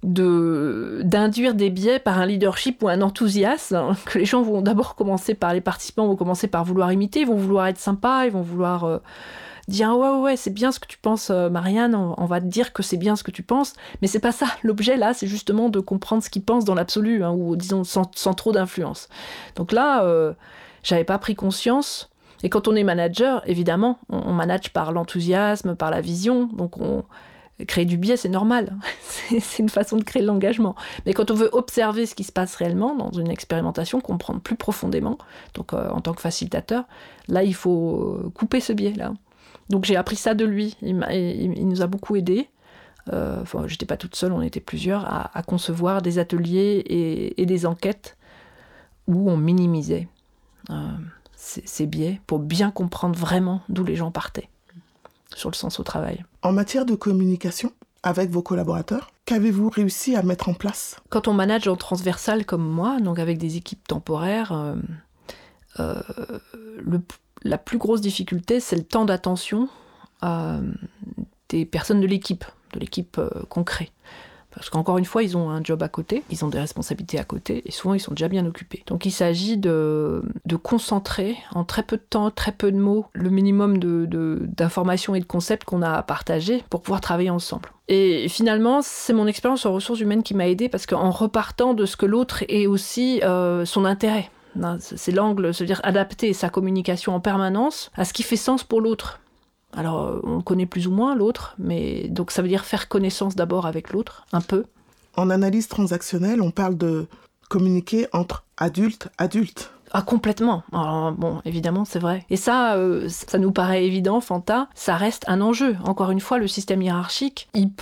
de, d'induire des biais par un leadership ou un enthousiasme, hein, que les gens vont d'abord commencer par, les participants vont commencer par vouloir imiter, ils vont vouloir être sympas, ils vont vouloir... Euh, dire ah ouais, ouais, ouais, c'est bien ce que tu penses, Marianne, on, on va te dire que c'est bien ce que tu penses, mais c'est pas ça. L'objet, là, c'est justement de comprendre ce qu'ils pensent dans l'absolu, hein, ou disons sans, sans trop d'influence. Donc là, euh, j'avais pas pris conscience. Et quand on est manager, évidemment, on, on manage par l'enthousiasme, par la vision, donc on... créer du biais, c'est normal. c'est, c'est une façon de créer de l'engagement. Mais quand on veut observer ce qui se passe réellement dans une expérimentation, comprendre plus profondément, donc euh, en tant que facilitateur, là, il faut couper ce biais-là. Donc j'ai appris ça de lui, il, il, il nous a beaucoup aidés. Euh, enfin, j'étais pas toute seule, on était plusieurs à, à concevoir des ateliers et, et des enquêtes où on minimisait euh, ces, ces biais pour bien comprendre vraiment d'où les gens partaient sur le sens au travail. En matière de communication avec vos collaborateurs, qu'avez-vous réussi à mettre en place ? Quand on manage en transversal comme moi, donc avec des équipes temporaires, euh, euh, le La plus grosse difficulté, c'est le temps d'attention euh, des personnes de l'équipe, de l'équipe euh, qu'on crée. Parce qu'encore une fois, ils ont un job à côté, ils ont des responsabilités à côté, et souvent, ils sont déjà bien occupés. Donc, il s'agit de, de concentrer en très peu de temps, très peu de mots, le minimum de, de, d'informations et de concepts qu'on a à partager pour pouvoir travailler ensemble. Et finalement, c'est mon expérience en ressources humaines qui m'a aidée, parce qu'en repartant de ce que l'autre est aussi euh, son intérêt, c'est l'angle, c'est-à-dire adapter sa communication en permanence à ce qui fait sens pour l'autre. Alors, on connaît plus ou moins l'autre, mais donc ça veut dire faire connaissance d'abord avec l'autre, un peu. En analyse transactionnelle, on parle de communiquer entre adultes-adultes. Ah, complètement. Alors, bon, évidemment, c'est vrai. Et ça, euh, ça nous paraît évident, Fanta, ça reste un enjeu. Encore une fois, le système hiérarchique, il peut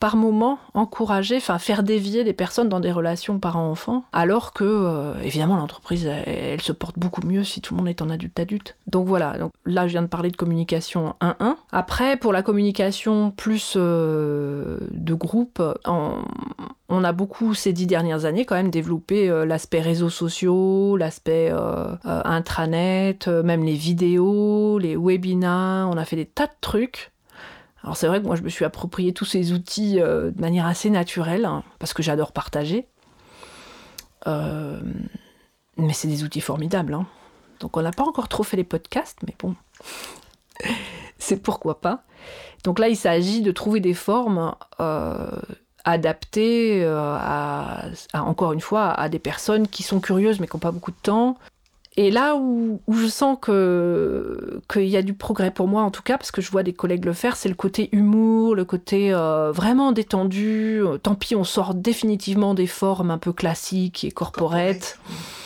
par moment encourager, enfin faire dévier des personnes dans des relations parents-enfants, alors que, euh, évidemment, l'entreprise, elle, elle se porte beaucoup mieux si tout le monde est en adulte-adulte. Donc voilà, donc là, je viens de parler de communication un un. Après, pour la communication plus euh, de groupe, en, on a beaucoup, ces dix dernières années, quand même, développé euh, l'aspect réseaux sociaux, l'aspect euh, euh, intranet, euh, même les vidéos, les webinars, on a fait des tas de trucs. Alors c'est vrai que moi, je me suis approprié tous ces outils euh, de manière assez naturelle, hein, parce que j'adore partager. Euh, mais c'est des outils formidables. Hein. Donc on n'a pas encore trop fait les podcasts, mais bon, c'est pourquoi pas. Donc là, il s'agit de trouver des formes euh, adaptées, euh, à, à, encore une fois, à des personnes qui sont curieuses, mais qui n'ont pas beaucoup de temps. Et là où, où je sens que, qu'il y a du progrès pour moi, en tout cas, parce que je vois des collègues le faire, c'est le côté humour, le côté euh, vraiment détendu. Tant pis, on sort définitivement des formes un peu classiques et corporate.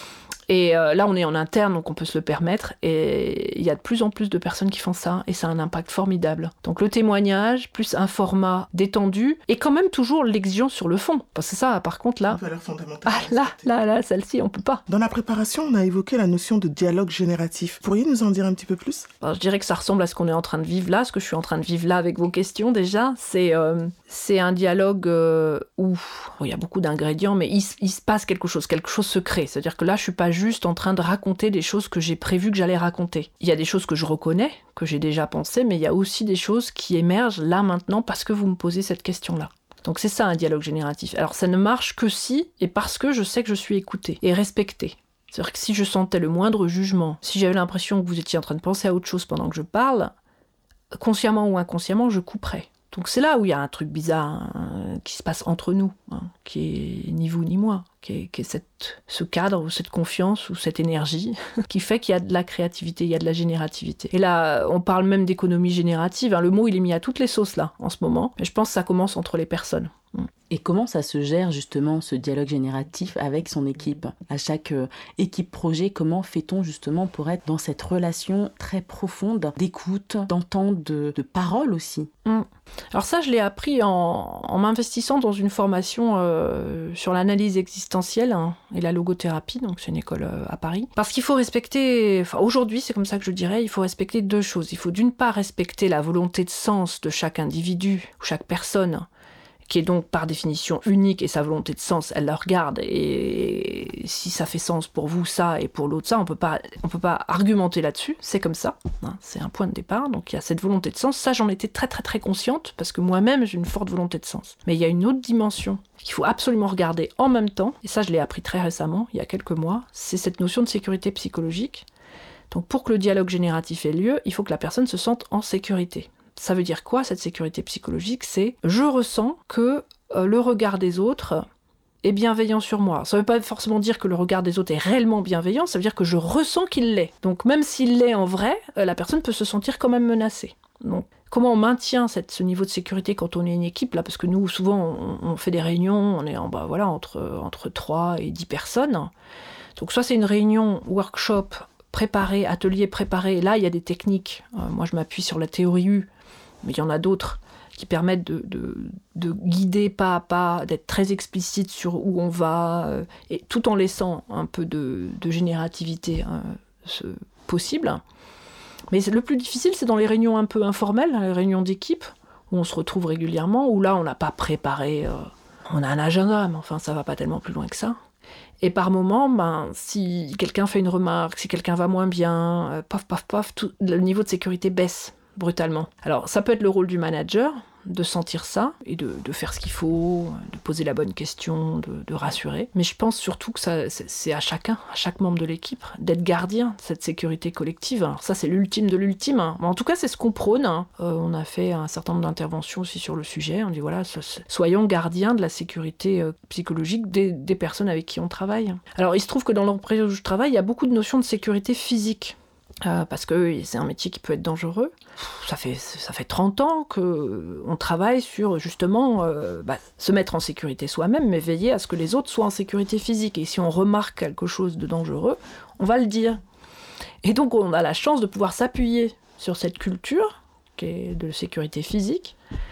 Et euh, là, on est en interne, donc on peut se le permettre. Et il y a de plus en plus de personnes qui font ça, et ça a un impact formidable. Donc le témoignage, plus un format détendu, et quand même toujours l'exigence sur le fond. Parce que ça, par contre, là... valeur fondamentale. Ah là, là, là, celle-ci, on peut pas. Dans la préparation, on a évoqué la notion de dialogue génératif. Pourriez nous en dire un petit peu plus ? Alors, je dirais que ça ressemble à ce qu'on est en train de vivre là, ce que je suis en train de vivre là avec vos questions déjà. C'est, euh, c'est un dialogue euh, où oh, il y a beaucoup d'ingrédients, mais il, il se passe quelque chose, quelque chose se crée. C'est-à-dire que là, je suis pas juste en train de raconter des choses que j'ai prévu que j'allais raconter. Il y a des choses que je reconnais, que j'ai déjà pensées, mais il y a aussi des choses qui émergent là maintenant parce que vous me posez cette question-là. Donc c'est ça un dialogue génératif. Alors ça ne marche que si et parce que je sais que je suis écoutée et respectée. C'est-à-dire que si je sentais le moindre jugement, si j'avais l'impression que vous étiez en train de penser à autre chose pendant que je parle, consciemment ou inconsciemment, je couperais. Donc c'est là où il y a un truc bizarre hein, qui se passe entre nous, hein, qui est ni vous ni moi, qui est, qui est cette, ce cadre ou cette confiance ou cette énergie qui fait qu'il y a de la créativité, il y a de la générativité. Et là, on parle même d'économie générative, hein, le mot il est mis à toutes les sauces là, en ce moment, mais je pense que ça commence entre les personnes. Et comment ça se gère justement ce dialogue génératif avec son équipe ? À chaque euh, équipe projet, comment fait-on justement pour être dans cette relation très profonde d'écoute, d'entente, de, de parole aussi ? Mmh. Alors ça, je l'ai appris en, en m'investissant dans une formation euh, sur l'analyse existentielle hein, et la logothérapie, donc c'est une école euh, à Paris. Parce qu'il faut respecter, enfin aujourd'hui c'est comme ça que je dirais, il faut respecter deux choses. Il faut d'une part respecter la volonté de sens de chaque individu ou chaque personne, qui est donc par définition unique, et sa volonté de sens, elle la regarde, et si ça fait sens pour vous ça, et pour l'autre ça, on peut pas, on peut pas argumenter là-dessus, c'est comme ça, hein, c'est un point de départ, donc il y a cette volonté de sens, ça j'en étais très très très consciente, parce que moi-même j'ai une forte volonté de sens. Mais il y a une autre dimension qu'il faut absolument regarder en même temps, et ça je l'ai appris très récemment, il y a quelques mois, c'est cette notion de sécurité psychologique. Donc pour que le dialogue génératif ait lieu, il faut que la personne se sente en sécurité. Ça veut dire quoi, cette sécurité psychologique ? C'est je ressens que euh, le regard des autres est bienveillant sur moi. Ça ne veut pas forcément dire que le regard des autres est réellement bienveillant, ça veut dire que je ressens qu'il l'est. Donc même s'il l'est en vrai, euh, la personne peut se sentir quand même menacée. Donc comment on maintient cette, ce niveau de sécurité quand on est une équipe là ? Parce que nous, souvent, on, on fait des réunions, on est en, bah, voilà, entre, entre trois et dix personnes. Donc soit c'est une réunion, workshop, préparé, atelier préparé. Là, il y a des techniques. Euh, moi, je m'appuie sur la théorie U, mais il y en a d'autres qui permettent de, de, de guider pas à pas, d'être très explicite sur où on va, euh, et tout en laissant un peu de, de générativité hein, ce, possible. Mais le plus difficile, c'est dans les réunions un peu informelles, les réunions d'équipe, où on se retrouve régulièrement, où là, on n'a pas préparé... Euh, on a un agenda, mais enfin, ça va pas tellement plus loin que ça. Et par moment, ben, si quelqu'un fait une remarque, si quelqu'un va moins bien, euh, paf, paf, paf, tout, le niveau de sécurité baisse brutalement. Alors, ça peut être le rôle du manager, de sentir ça, et de, de faire ce qu'il faut, de poser la bonne question, de, de rassurer. Mais je pense surtout que ça, c'est, c'est à chacun, à chaque membre de l'équipe, d'être gardien de cette sécurité collective. Alors ça, c'est l'ultime de l'ultime. Hein. En tout cas, c'est ce qu'on prône. Hein. Euh, on a fait un certain nombre d'interventions aussi sur le sujet. On dit, voilà, so, soyons gardiens de la sécurité euh, psychologique des, des personnes avec qui on travaille. Alors, il se trouve que dans l'entreprise où je travaille, il y a beaucoup de notions de sécurité physique. Euh, parce que c'est un métier qui peut être dangereux. Ça fait, ça fait trente ans qu'on travaille sur, justement, euh, bah, se mettre en sécurité soi-même, mais veiller à ce que les autres soient en sécurité physique. Et si on remarque quelque chose de dangereux, on va le dire. Et donc, on a la chance de pouvoir s'appuyer sur cette culture, qui est de sécurité physique,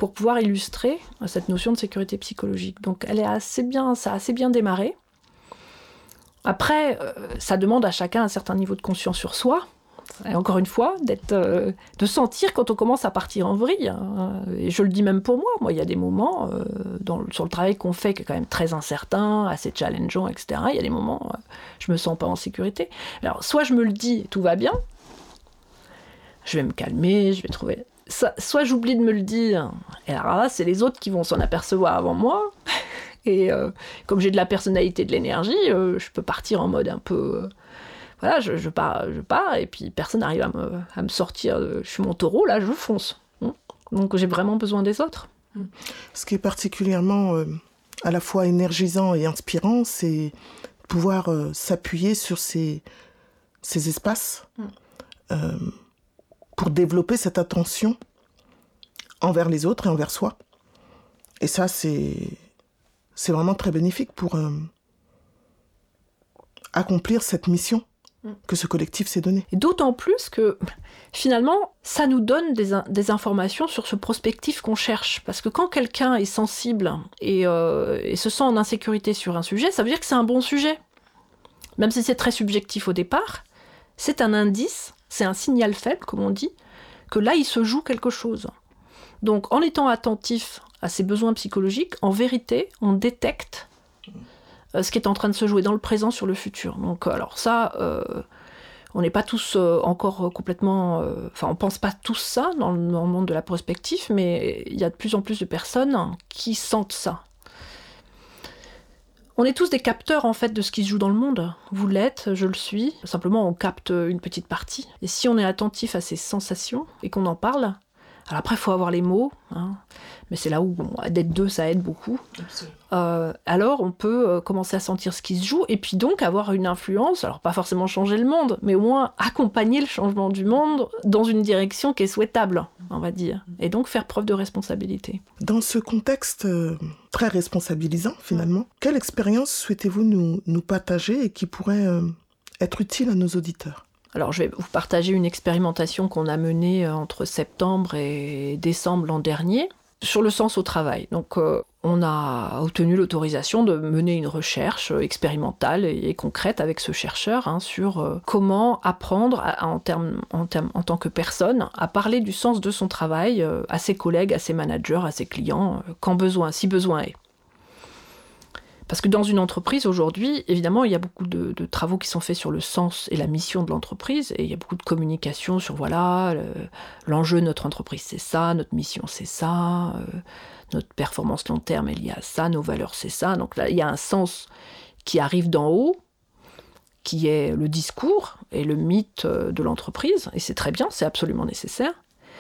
pour pouvoir illustrer cette notion de sécurité psychologique. Donc elle est assez bien, ça a assez bien démarré. Après, euh, ça demande à chacun un certain niveau de conscience sur soi. Et encore une fois, d'être, euh, de sentir quand on commence à partir en vrille. Hein. Et je le dis même pour moi. Moi, il y a des moments euh, dans, sur le travail qu'on fait qui est quand même très incertain, assez challengeant, et cetera. Il y a des moments où euh, je me sens pas en sécurité. Alors, soit je me le dis, tout va bien. Je vais me calmer, je vais trouver... Ça, soit j'oublie de me le dire. Et alors là, c'est les autres qui vont s'en apercevoir avant moi. Et euh, comme j'ai de la personnalité, de l'énergie, euh, je peux partir en mode un peu... Euh, Voilà, je, je, pars, je pars, et puis personne n'arrive à me, à me sortir. De, je suis mon taureau, là, je fonce. Donc j'ai vraiment besoin des autres. Ce qui est particulièrement euh, à la fois énergisant et inspirant, c'est pouvoir euh, s'appuyer sur ces, ces espaces mm. euh, pour développer cette attention envers les autres et envers soi. Et ça, c'est, c'est vraiment très bénéfique pour euh, accomplir cette mission que ce collectif s'est donné. Et d'autant plus que, finalement, ça nous donne des, in- des informations sur ce prospectif qu'on cherche. Parce que quand quelqu'un est sensible et, euh, et se sent en insécurité sur un sujet, ça veut dire que c'est un bon sujet. Même si c'est très subjectif au départ, c'est un indice, c'est un signal faible, comme on dit, que là, il se joue quelque chose. Donc, en étant attentif à ses besoins psychologiques, en vérité, on détecte ce qui est en train de se jouer dans le présent sur le futur. Donc, alors ça, euh, on n'est pas tous euh, encore complètement... Enfin, euh, on ne pense pas tous ça dans le, dans le monde de la prospective, mais il y a de plus en plus de personnes qui sentent ça. On est tous des capteurs, en fait, de ce qui se joue dans le monde. Vous l'êtes, je le suis. Simplement, on capte une petite partie. Et si on est attentif à ces sensations et qu'on en parle... Alors après, il faut avoir les mots, hein, mais c'est là où bon, d'être deux, ça aide beaucoup. Euh, alors, on peut euh, commencer à sentir ce qui se joue, et puis donc avoir une influence, alors pas forcément changer le monde, mais au moins accompagner le changement du monde dans une direction qui est souhaitable, on va dire, et donc faire preuve de responsabilité. Dans ce contexte euh, très responsabilisant, finalement, quelle expérience souhaitez-vous nous, nous partager et qui pourrait euh, être utile à nos auditeurs ? Alors, je vais vous partager une expérimentation qu'on a menée entre septembre et décembre l'an dernier sur le sens au travail. Donc, euh, on a obtenu l'autorisation de mener une recherche expérimentale et, et concrète avec ce chercheur hein, sur euh, comment apprendre à, en, termes, en, termes, en tant que personne à parler du sens de son travail euh, à ses collègues, à ses managers, à ses clients, euh, quand besoin, si besoin est. Parce que dans une entreprise, aujourd'hui, évidemment, il y a beaucoup de, de travaux qui sont faits sur le sens et la mission de l'entreprise, et il y a beaucoup de communication sur, voilà, le, l'enjeu de notre entreprise, c'est ça, notre mission, c'est ça, euh, notre performance long terme est liée à ça, nos valeurs, c'est ça. Donc là, il y a un sens qui arrive d'en haut, qui est le discours et le mythe de l'entreprise, et c'est très bien, c'est absolument nécessaire.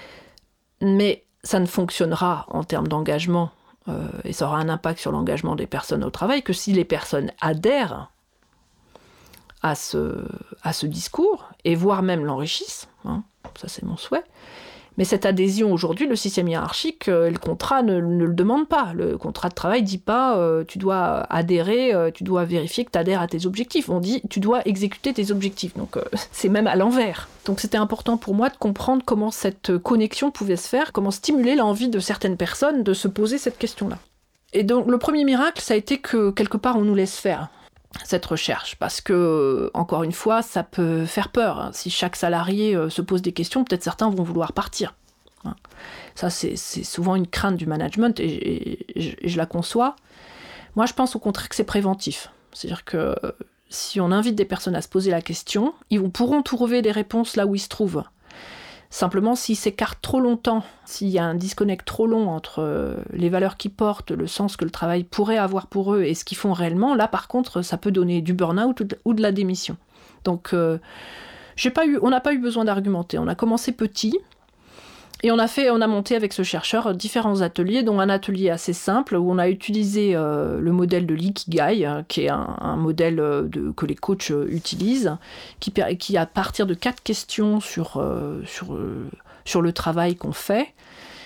Mais ça ne fonctionnera en termes d'engagement Euh, et ça aura un impact sur l'engagement des personnes au travail que si les personnes adhèrent à ce, à ce discours, et voire même l'enrichissent, hein, ça c'est mon souhait. Mais cette adhésion aujourd'hui, le système hiérarchique et le contrat ne, ne le demandent pas. Le contrat de travail ne dit pas euh, tu dois adhérer, euh, tu dois vérifier que tu adhères à tes objectifs. On dit tu dois exécuter tes objectifs. Donc euh, c'est même à l'envers. Donc c'était important pour moi de comprendre comment cette connexion pouvait se faire, comment stimuler l'envie de certaines personnes de se poser cette question-là. Et donc le premier miracle, ça a été que quelque part on nous laisse faire cette recherche, parce que, encore une fois, ça peut faire peur. Si chaque salarié euh, se pose des questions, peut-être certains vont vouloir partir. Hein. Ça, c'est, c'est souvent une crainte du management, et, et, et, et je la conçois. Moi, je pense au contraire que c'est préventif. C'est-à-dire que euh, si on invite des personnes à se poser la question, ils vont, pourront trouver des réponses là où ils se trouvent. Simplement, s'ils s'écartent trop longtemps, s'il y a un disconnect trop long entre les valeurs qu'ils portent, le sens que le travail pourrait avoir pour eux et ce qu'ils font réellement, là, par contre, ça peut donner du burn-out ou de la démission. Donc, euh, j'ai pas eu, on n'a pas eu besoin d'argumenter. On a commencé petit et on a, fait, on a monté avec ce chercheur différents ateliers, dont un atelier assez simple où on a utilisé euh, le modèle de l'Ikigai, hein, qui est un, un modèle de, que les coachs euh, utilisent, qui, qui, à partir de quatre questions sur, euh, sur, euh, sur le travail qu'on fait,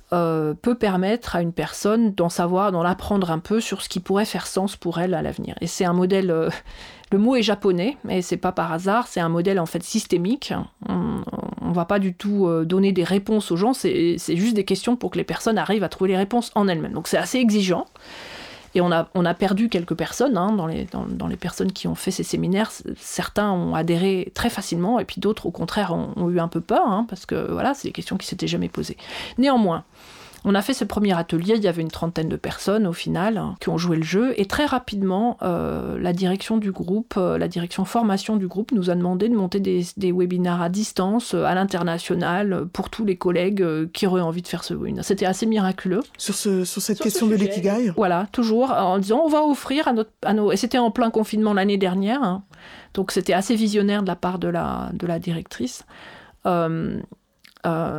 euh, peut permettre à une personne d'en savoir, d'en apprendre un peu sur ce qui pourrait faire sens pour elle à l'avenir. Et c'est un modèle, euh, le mot est japonais, mais c'est pas par hasard, c'est un modèle en fait systémique. On, on va pas du tout euh, donner des réponses aux gens, c'est, c'est juste des questions pour que les personnes arrivent à trouver les réponses en elles-mêmes. Donc c'est assez exigeant. Et on a, on a perdu quelques personnes, hein, dans, les, dans, dans les personnes qui ont fait ces séminaires. Certains ont adhéré très facilement, et puis d'autres, au contraire, ont, ont eu un peu peur, hein, parce que voilà, c'est des questions qui ne s'étaient jamais posées. Néanmoins, on a fait ce premier atelier, il y avait une trentaine de personnes au final hein, qui ont joué le jeu, et très rapidement, euh, la direction du groupe, euh, la direction formation du groupe nous a demandé de monter des, des webinaires à distance, euh, à l'international, euh, pour tous les collègues euh, qui auraient envie de faire ce webinaire. C'était assez miraculeux. Sur, ce, sur cette Sur question ce de sujet, l'ikigai. Voilà, toujours en disant on va offrir à, notre, à nos... Et c'était en plein confinement l'année dernière, hein, donc c'était assez visionnaire de la part de la, de la directrice. Euh, euh,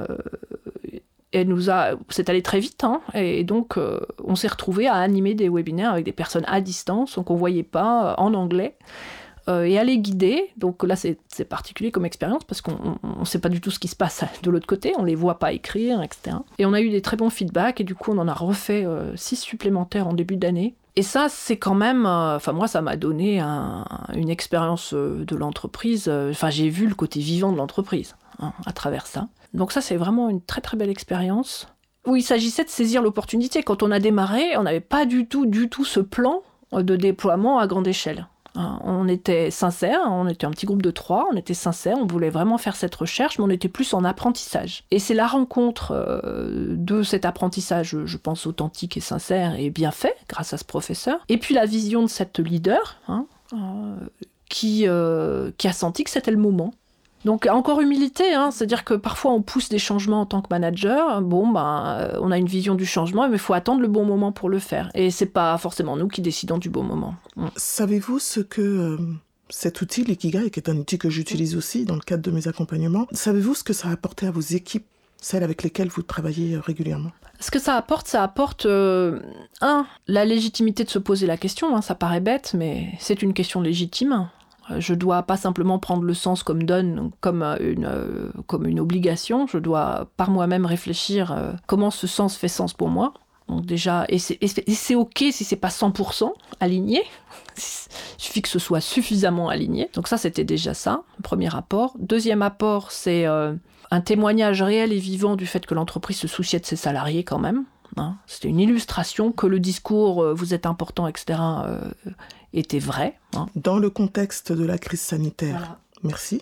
Elle nous a, c'est allé très vite, hein, et donc euh, on s'est retrouvés à animer des webinaires avec des personnes à distance, donc on ne voyait pas, euh, en anglais, euh, et à les guider. Donc là, c'est, c'est particulier comme expérience parce qu'on ne sait pas du tout ce qui se passe de l'autre côté, on ne les voit pas écrire, et cetera. Et on a eu des très bons feedbacks, et du coup, on en a refait euh, six supplémentaires en début d'année. Et ça, c'est quand même... Enfin, euh, moi, ça m'a donné un, une expérience euh, de l'entreprise. Enfin, euh, j'ai vu le côté vivant de l'entreprise hein, à travers ça. Donc ça, c'est vraiment une très très belle expérience où il s'agissait de saisir l'opportunité. Quand on a démarré, on n'avait pas du tout, du tout ce plan de déploiement à grande échelle. On était sincères, on était un petit groupe de trois, on était sincères, on voulait vraiment faire cette recherche, mais on était plus en apprentissage. Et c'est la rencontre euh, de cet apprentissage, je pense, authentique et sincère et bien fait, grâce à ce professeur, et puis la vision de cette leader, hein, euh, qui, euh, qui a senti que c'était le moment. Donc encore humilité, hein, c'est-à-dire que parfois on pousse des changements en tant que manager, bon ben on a une vision du changement, mais il faut attendre le bon moment pour le faire. Et c'est pas forcément nous qui décidons du bon moment. Mm. Savez-vous ce que euh, cet outil, l'ikigai, qui est un outil que j'utilise aussi dans le cadre de mes accompagnements, savez-vous ce que ça a apporté à vos équipes, celles avec lesquelles vous travaillez régulièrement ? Ce que ça apporte, ça apporte, euh, un, la légitimité de se poser la question, hein, ça paraît bête, mais c'est une question légitime. Je dois pas simplement prendre le sens comme donne, comme une, euh, comme une obligation. Je dois par moi-même réfléchir euh, comment ce sens fait sens pour moi. Donc déjà, et c'est, et c'est, et c'est ok si c'est pas cent pour cent aligné. Il suffit que ce soit suffisamment aligné. Donc ça, c'était déjà ça, premier apport. Deuxième apport, c'est euh, un témoignage réel et vivant du fait que l'entreprise se souciait de ses salariés quand même. Hein. C'était une illustration que le discours euh, « vous êtes important », et cetera euh, était vrai. Hein. Dans le contexte de la crise sanitaire. Voilà. Merci.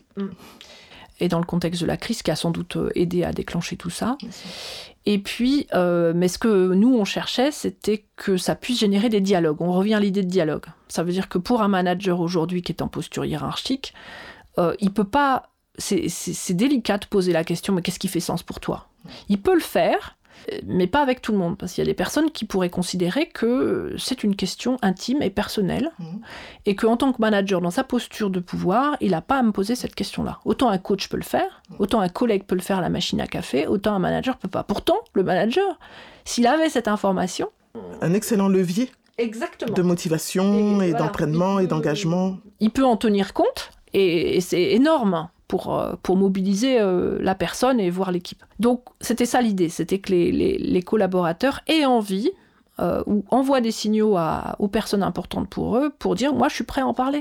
Et dans le contexte de la crise qui a sans doute aidé à déclencher tout ça. Merci. Et puis, euh, mais ce que nous, on cherchait, c'était que ça puisse générer des dialogues. On revient à l'idée de dialogue. Ça veut dire que pour un manager aujourd'hui qui est en posture hiérarchique, euh, il peut pas... C'est, c'est, c'est délicat de poser la question « mais qu'est-ce qui fait sens pour toi ?» Il peut le faire, mais pas avec tout le monde, parce qu'il y a des personnes qui pourraient considérer que c'est une question intime et personnelle, mmh. et qu'en tant que manager, dans sa posture de pouvoir, il n'a pas à me poser cette question-là. Autant un coach peut le faire, autant un collègue peut le faire à la machine à café, autant un manager peut pas. Pourtant, le manager, s'il avait cette information... Un excellent levier Exactement. de motivation et, et voilà. d'entraînement peut, et d'engagement. Il peut en tenir compte, et, et c'est énorme. Pour, pour mobiliser euh, la personne et voir l'équipe. Donc, c'était ça l'idée, c'était que les, les, les collaborateurs aient envie euh, ou envoient des signaux à, aux personnes importantes pour eux pour dire « moi, je suis prêt à en parler ».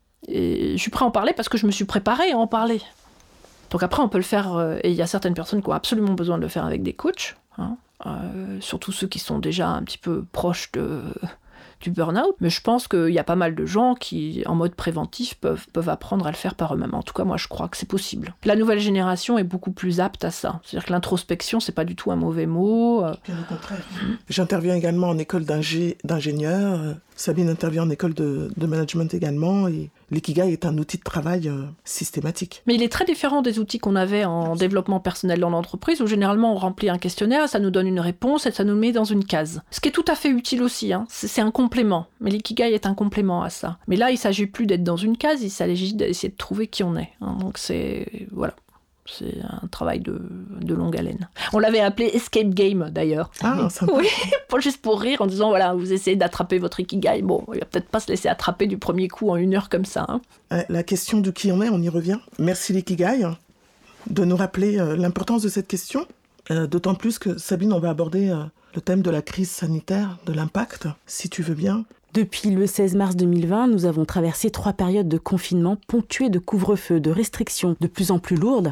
Et je suis prêt à en parler parce que je me suis préparé à en parler. Donc après, on peut le faire, euh, et il y a certaines personnes qui ont absolument besoin de le faire avec des coachs, hein, euh, surtout ceux qui sont déjà un petit peu proches de... du burn-out, mais je pense qu'il y a pas mal de gens qui, en mode préventif, peuvent, peuvent apprendre à le faire par eux-mêmes. En tout cas, moi, je crois que c'est possible. La nouvelle génération est beaucoup plus apte à ça. C'est-à-dire que l'introspection, c'est pas du tout un mauvais mot. Bien au contraire. Mmh. J'interviens également en école d'ingé, d'ingénieur. Sabine intervient en école de, de management également, et l'ikigai est un outil de travail euh, systématique. Mais il est très différent des outils qu'on avait en Absolument. Développement personnel dans l'entreprise, où généralement on remplit un questionnaire, ça nous donne une réponse et ça nous met dans une case. Ce qui est tout à fait utile aussi, hein. c'est, c'est un complément, mais l'ikigai est un complément à ça. Mais là, il ne s'agit plus d'être dans une case, il s'agit d'essayer de trouver qui on est. Hein. Donc c'est... voilà. C'est un travail de, de longue haleine. On l'avait appelé Escape Game, d'ailleurs. Ah, sympa. Oui, juste pour rire, en disant, voilà, vous essayez d'attraper votre ikigai. Bon, il va peut-être pas se laisser attraper du premier coup en une heure comme ça. Hein. Euh, la question de qui on est, on y revient. Merci l'ikigai de nous rappeler euh, l'importance de cette question Euh, d'autant plus que, Sabine, on va aborder euh, le thème de la crise sanitaire, de l'impact, si tu veux bien. Depuis le seize mars deux mille vingt, nous avons traversé trois périodes de confinement ponctuées de couvre-feu, de restrictions de plus en plus lourdes.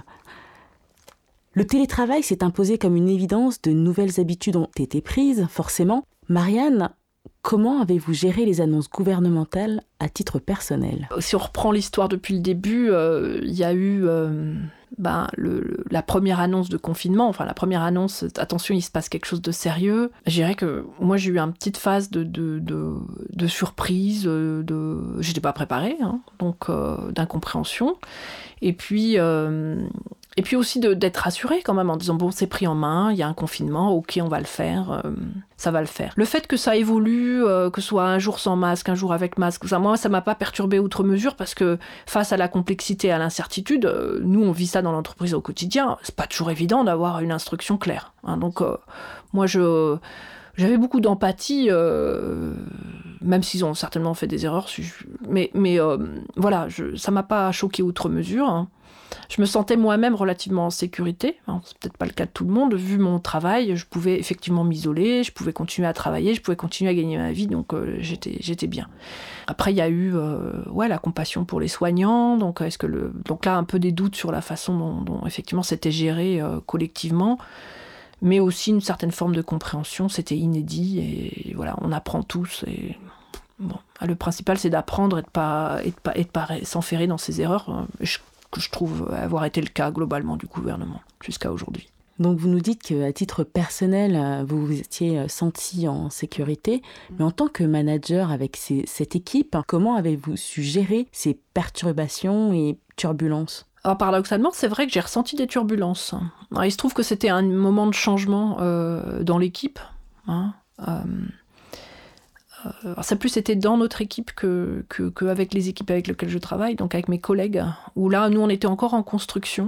Le télétravail s'est imposé comme une évidence, de nouvelles habitudes ont été prises, forcément. Marianne, comment avez-vous géré les annonces gouvernementales à titre personnel ? Si on reprend l'histoire depuis le début, il euh, y a eu euh, ben, le, le, la première annonce de confinement, enfin la première annonce, attention, il se passe quelque chose de sérieux. Je dirais que moi j'ai eu une petite phase de, de, de, de surprise, de... j'étais pas préparée, hein, donc euh, d'incompréhension. Et puis... Euh, Et puis aussi de, d'être rassurée quand même en disant bon, c'est pris en main, il y a un confinement, ok, on va le faire, euh, ça va le faire. Le fait que ça évolue, euh, que ce soit un jour sans masque, un jour avec masque, ça, moi ça m'a pas perturbée outre mesure parce que face à la complexité et à l'incertitude, euh, nous on vit ça dans l'entreprise au quotidien, c'est pas toujours évident d'avoir une instruction claire. Hein, donc euh, moi je... J'avais beaucoup d'empathie, euh, même s'ils ont certainement fait des erreurs, mais, mais euh, voilà, je, ça m'a pas choquée outre mesure. Hein. Je me sentais moi-même relativement en sécurité. Hein, c'est peut-être pas le cas de tout le monde. Vu mon travail, je pouvais effectivement m'isoler, je pouvais continuer à travailler, je pouvais continuer à gagner ma vie, donc euh, j'étais, j'étais bien. Après, il y a eu euh, ouais, la compassion pour les soignants. Donc, est-ce que le... donc là, un peu des doutes sur la façon dont, dont effectivement c'était géré euh, collectivement. Mais aussi une certaine forme de compréhension, c'était inédit, et voilà, on apprend tous, et bon, le principal c'est d'apprendre et de pas, et de pas, et de pas s'enferrer dans ses erreurs, je, que je trouve avoir été le cas globalement du gouvernement jusqu'à aujourd'hui. Donc vous nous dites qu'à titre personnel, vous vous étiez senti en sécurité, mais en tant que manager avec ces, cette équipe, comment avez-vous su gérer ces perturbations et turbulences ? Alors, paradoxalement, c'est vrai que j'ai ressenti des turbulences. Alors, il se trouve que c'était un moment de changement euh, dans l'équipe. Hein. Euh, euh, ça a plus été dans notre équipe que, que, qu'avec les équipes avec lesquelles je travaille, donc avec mes collègues, où là, nous, on était encore en construction.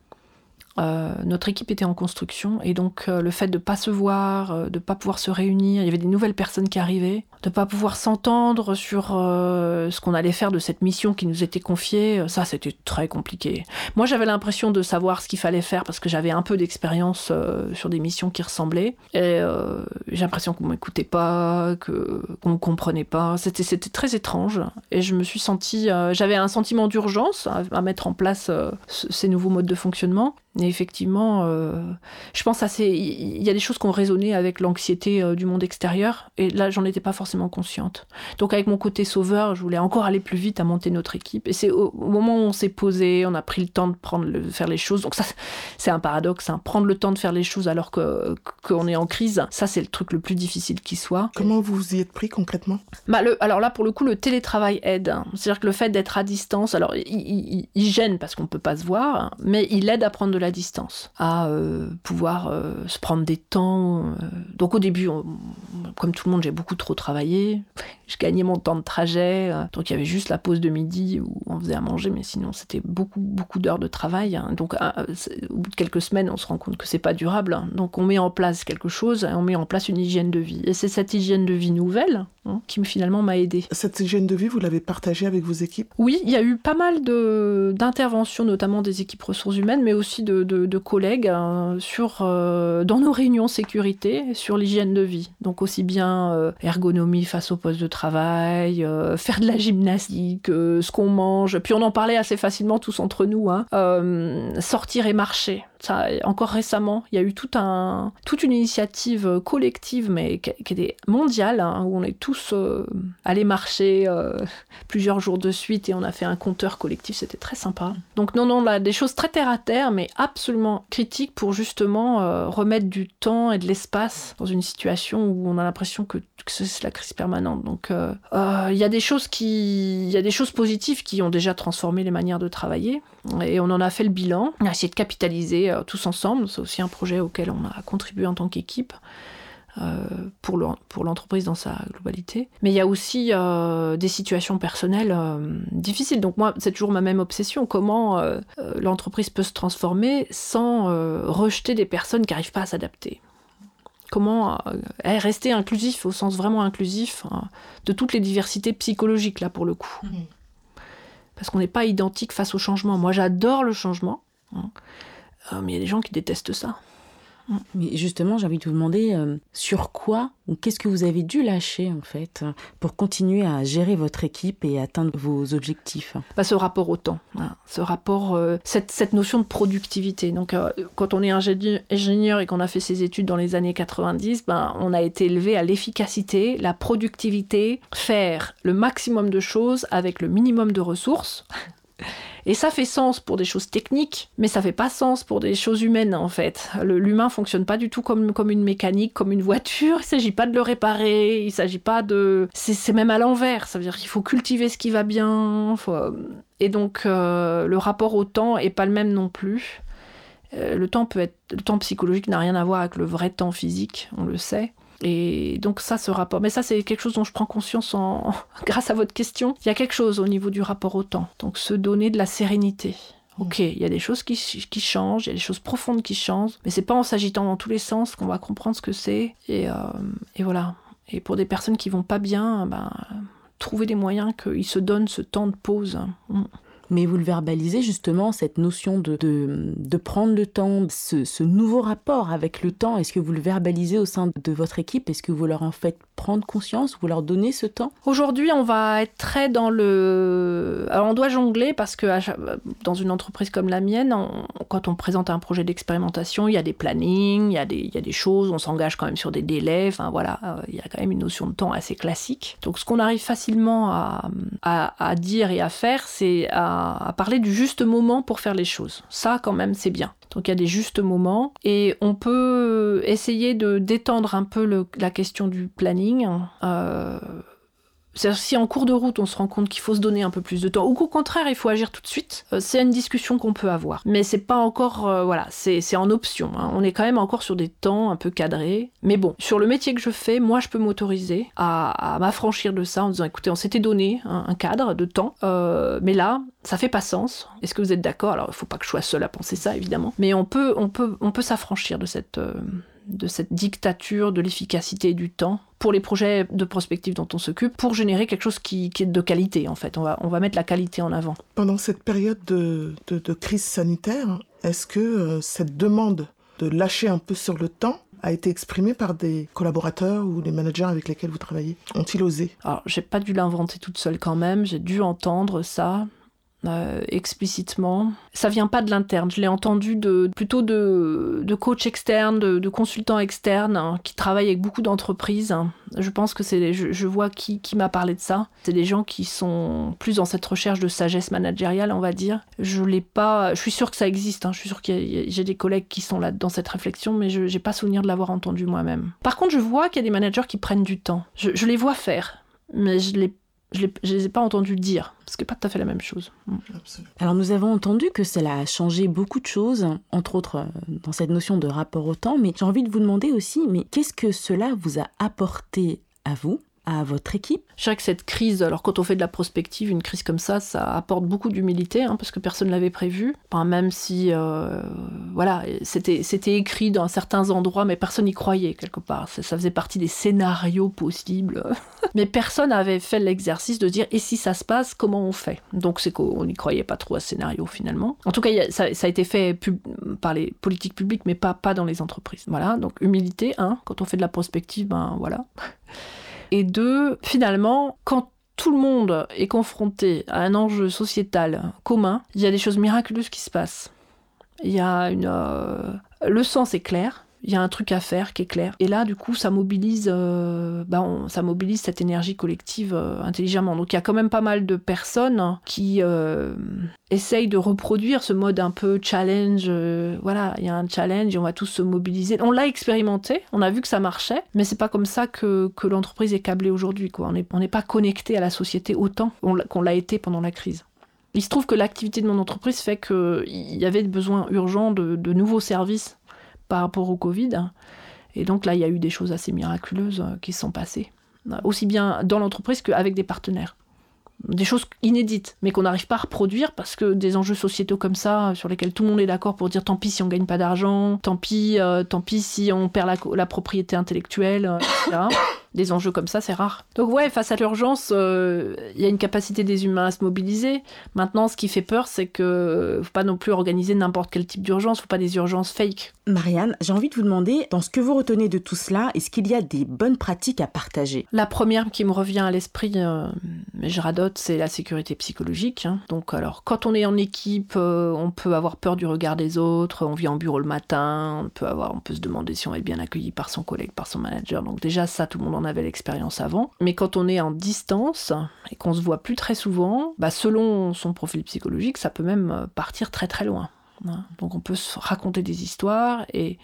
Euh, notre équipe était en construction, et donc euh, le fait de ne pas se voir, euh, de ne pas pouvoir se réunir, il y avait des nouvelles personnes qui arrivaient, de ne pas pouvoir s'entendre sur euh, ce qu'on allait faire de cette mission qui nous était confiée, ça c'était très compliqué. Moi j'avais l'impression de savoir ce qu'il fallait faire parce que j'avais un peu d'expérience euh, sur des missions qui ressemblaient, et euh, j'ai l'impression qu'on ne m'écoutait pas, que, qu'on ne me comprenait pas, c'était, c'était très étrange, et je me suis sentie, euh, j'avais un sentiment d'urgence à, à mettre en place euh, c- ces nouveaux modes de fonctionnement. Et effectivement, euh, je pense assez. Il y a des choses qui ont résonné avec l'anxiété euh, du monde extérieur, et là, j'en étais pas forcément consciente. Donc, avec mon côté sauveur, je voulais encore aller plus vite à monter notre équipe. Et c'est au, au moment où on s'est posé, on a pris le temps de prendre le, faire les choses. Donc ça, c'est un paradoxe. Hein. Prendre le temps de faire les choses alors que qu'on est en crise, ça, c'est le truc le plus difficile qui soit. Comment vous vous y êtes pris concrètement ? Bah, le, alors là, pour le coup, le télétravail aide. Hein. C'est-à-dire que le fait d'être à distance, alors il, il, il gêne parce qu'on peut pas se voir, hein, mais il aide à prendre de la distance, à euh, pouvoir euh, se prendre des temps. Euh. Donc au début, on, comme tout le monde, j'ai beaucoup trop travaillé. Je gagnais mon temps de trajet. Euh. Donc il y avait juste la pause de midi où on faisait à manger, mais sinon c'était beaucoup, beaucoup d'heures de travail. Hein. Donc euh, au bout de quelques semaines, on se rend compte que c'est pas durable. Hein. Donc on met en place quelque chose, et on met en place une hygiène de vie. Et c'est cette hygiène de vie nouvelle hein, qui finalement m'a aidée. Cette hygiène de vie, vous l'avez partagée avec vos équipes ? Oui, il y a eu pas mal de, d'interventions, notamment des équipes ressources humaines, mais aussi de, de, de collègues hein, sur, euh, dans nos réunions sécurité sur l'hygiène de vie. Donc aussi bien euh, ergonomie face au poste de travail, euh, faire de la gymnastique, euh, ce qu'on mange. Puis on en parlait assez facilement tous entre nous. Hein, euh, sortir et marcher. Ça, encore récemment, il y a eu tout un, toute une initiative collective, mais qui, qui était mondiale, hein, où on est tous euh, allés marcher euh, plusieurs jours de suite, et on a fait un compteur collectif, c'était très sympa. Donc non, non, là, des choses très terre-à-terre, mais absolument critiques pour justement euh, remettre du temps et de l'espace dans une situation où on a l'impression que, que c'est la crise permanente. Donc il euh, euh, y a des choses qui, il y a des choses positives qui ont déjà transformé les manières de travailler, et on en a fait le bilan. On a essayé de capitaliser euh, tous ensemble. C'est aussi un projet auquel on a contribué en tant qu'équipe euh, pour, le, pour l'entreprise dans sa globalité. Mais il y a aussi euh, des situations personnelles euh, difficiles. Donc moi, c'est toujours ma même obsession. Comment euh, euh, l'entreprise peut se transformer sans euh, rejeter des personnes qui n'arrivent pas à s'adapter. Comment euh, rester inclusif, au sens vraiment inclusif, hein, de toutes les diversités psychologiques, là, pour le coup. Mmh. Parce qu'on n'est pas identique face au changement. Moi, j'adore le changement, hein, euh, mais il y a des gens qui détestent ça. Mais justement, j'ai envie de vous demander euh, sur quoi ou qu'est-ce que vous avez dû lâcher en fait pour continuer à gérer votre équipe et atteindre vos objectifs. Bah, ce rapport au temps, hein, ce rapport, euh, cette, cette notion de productivité. Donc, euh, quand on est ingénieur et qu'on a fait ses études dans les années quatre-vingt-dix, ben, on a été élevé à l'efficacité, la productivité, faire le maximum de choses avec le minimum de ressources. Et ça fait sens pour des choses techniques, mais ça fait pas sens pour des choses humaines, en fait. Le, l'humain fonctionne pas du tout comme, comme une mécanique, comme une voiture. Il s'agit pas de le réparer, il s'agit pas de... C'est, c'est même à l'envers, ça veut dire qu'il faut cultiver ce qui va bien. Faut... Et donc, euh, le rapport au temps est pas le même non plus. Euh, le temps peut être... Le temps psychologique n'a rien à voir avec le vrai temps physique, on le sait. Et donc ça, ce rapport... Mais ça, c'est quelque chose dont je prends conscience en... grâce à votre question. Il y a quelque chose au niveau du rapport au temps. Donc se donner de la sérénité. Ok, il y a des choses qui, qui changent, il y a des choses profondes qui changent, mais c'est pas en s'agitant dans tous les sens qu'on va comprendre ce que c'est. Et, euh, et voilà. Et pour des personnes qui vont pas bien, ben, trouver des moyens qu'ils se donnent ce temps de pause. Mm. Mais vous le verbalisez justement, cette notion de, de, de prendre le temps, ce, ce nouveau rapport avec le temps, est-ce que vous le verbalisez au sein de votre équipe ? Est-ce que vous leur en faites prendre conscience ? Vous leur donnez ce temps ? Aujourd'hui, on va être très dans le... Alors, on doit jongler parce que dans une entreprise comme la mienne, on, quand on présente un projet d'expérimentation, il y a des plannings, il y a des, il y a des choses, on s'engage quand même sur des délais, enfin voilà, euh, il y a quand même une notion de temps assez classique. Donc, ce qu'on arrive facilement à, à, à dire et à faire, c'est à à parler du juste moment pour faire les choses. Ça, quand même, c'est bien. Donc, il y a des justes moments et on peut essayer de détendre un peu le, la question du planning. Euh, c'est-à-dire, si en cours de route, on se rend compte qu'il faut se donner un peu plus de temps, ou qu'au contraire, il faut agir tout de suite, euh, c'est une discussion qu'on peut avoir. Mais c'est pas encore... Euh, voilà, c'est, c'est en option. Hein. On est quand même encore sur des temps un peu cadrés. Mais bon, sur le métier que je fais, moi, je peux m'autoriser à, à m'affranchir de ça en disant, écoutez, on s'était donné un, un cadre de temps, euh, mais là, ça fait pas sens. Est-ce que vous êtes d'accord ? Alors, il faut pas que je sois seule à penser ça, évidemment. Mais on peut, on peut, on peut s'affranchir de cette... Euh, de cette dictature de l'efficacité et du temps pour les projets de prospective dont on s'occupe, pour générer quelque chose qui, qui est de qualité, en fait. On va, on va mettre la qualité en avant. Pendant cette période de, de, de crise sanitaire, est-ce que euh, cette demande de lâcher un peu sur le temps a été exprimée par des collaborateurs ou des managers avec lesquels vous travaillez ? Ont-ils osé ? Alors, j'ai pas dû l'inventer toute seule quand même, j'ai dû entendre ça. Euh, explicitement. Ça vient pas de l'interne, je l'ai entendu de, plutôt de, de coachs externes, de, de consultants externes hein, qui travaillent avec beaucoup d'entreprises. Je pense que c'est, je, je vois qui, qui m'a parlé de ça. C'est des gens qui sont plus dans cette recherche de sagesse managériale, on va dire. Je l'ai pas, je suis sûre que ça existe, hein. Je suis sûre que j'ai des collègues qui sont là dans cette réflexion, mais je j'ai pas souvenir de l'avoir entendu moi-même. Par contre, je vois qu'il y a des managers qui prennent du temps. Je, je les vois faire, mais je les Je ne les ai pas entendus dire, ce qui n'est pas tout à fait la même chose. Absolument. Alors nous avons entendu que cela a changé beaucoup de choses, entre autres dans cette notion de rapport au temps, mais j'ai envie de vous demander aussi, mais qu'est-ce que cela vous a apporté à vous, à votre équipe ? Je dirais que cette crise, alors quand on fait de la prospective, une crise comme ça, ça apporte beaucoup d'humilité, hein, parce que personne ne l'avait prévu. Enfin, même si, euh, voilà, c'était, c'était écrit dans certains endroits, mais personne n'y croyait quelque part. Ça, ça faisait partie des scénarios possibles. Mais personne n'avait fait l'exercice de dire, et si ça se passe, comment on fait ? Donc c'est qu'on n'y croyait pas trop à ce scénario finalement. En tout cas, ça, ça a été fait pub- par les politiques publiques, mais pas, pas dans les entreprises. Voilà, donc humilité, hein, quand on fait de la prospective, ben voilà. Et deux, finalement, quand tout le monde est confronté à un enjeu sociétal commun, il y a des choses miraculeuses qui se passent. Il y a une... Euh... Le sens est clair, il y a un truc à faire qui est clair. Et là, du coup, ça mobilise, euh, bah on, ça mobilise cette énergie collective euh, intelligemment. Donc, il y a quand même pas mal de personnes qui euh, essayent de reproduire ce mode un peu challenge. Euh, voilà, il y a un challenge et on va tous se mobiliser. On l'a expérimenté, on a vu que ça marchait, mais c'est pas comme ça que, que l'entreprise est câblée aujourd'hui, quoi. On n'est on n'est pas connecté à la société autant qu'on l'a été pendant la crise. Il se trouve que l'activité de mon entreprise fait qu'il y avait besoin urgent de, de nouveaux services par rapport au Covid. Et donc là, il y a eu des choses assez miraculeuses qui se sont passées, aussi bien dans l'entreprise qu'avec des partenaires. Des choses inédites, mais qu'on n'arrive pas à reproduire parce que des enjeux sociétaux comme ça, sur lesquels tout le monde est d'accord pour dire tant pis si on ne gagne pas d'argent, tant pis, euh, tant pis si on perd la, la propriété intellectuelle, et cetera. Des enjeux comme ça, c'est rare. Donc ouais, face à l'urgence, il euh, y a une capacité des humains à se mobiliser. Maintenant, ce qui fait peur, c'est qu'il ne faut pas non plus organiser n'importe quel type d'urgence, il ne faut pas des urgences fake. Marianne, j'ai envie de vous demander, dans ce que vous retenez de tout cela, est-ce qu'il y a des bonnes pratiques à partager ? La première qui me revient à l'esprit, euh, mais je radote, c'est la sécurité psychologique. Hein. Donc alors, quand on est en équipe, euh, on peut avoir peur du regard des autres, on vient au bureau le matin, on peut, avoir, on peut se demander si on va être bien accueilli par son collègue, par son manager. Donc déjà, ça, tout le monde en avait l'expérience avant. Mais quand on est en distance et qu'on se voit plus très souvent, bah, selon son profil psychologique, ça peut même partir très très loin. Hein. Donc on peut se raconter des histoires et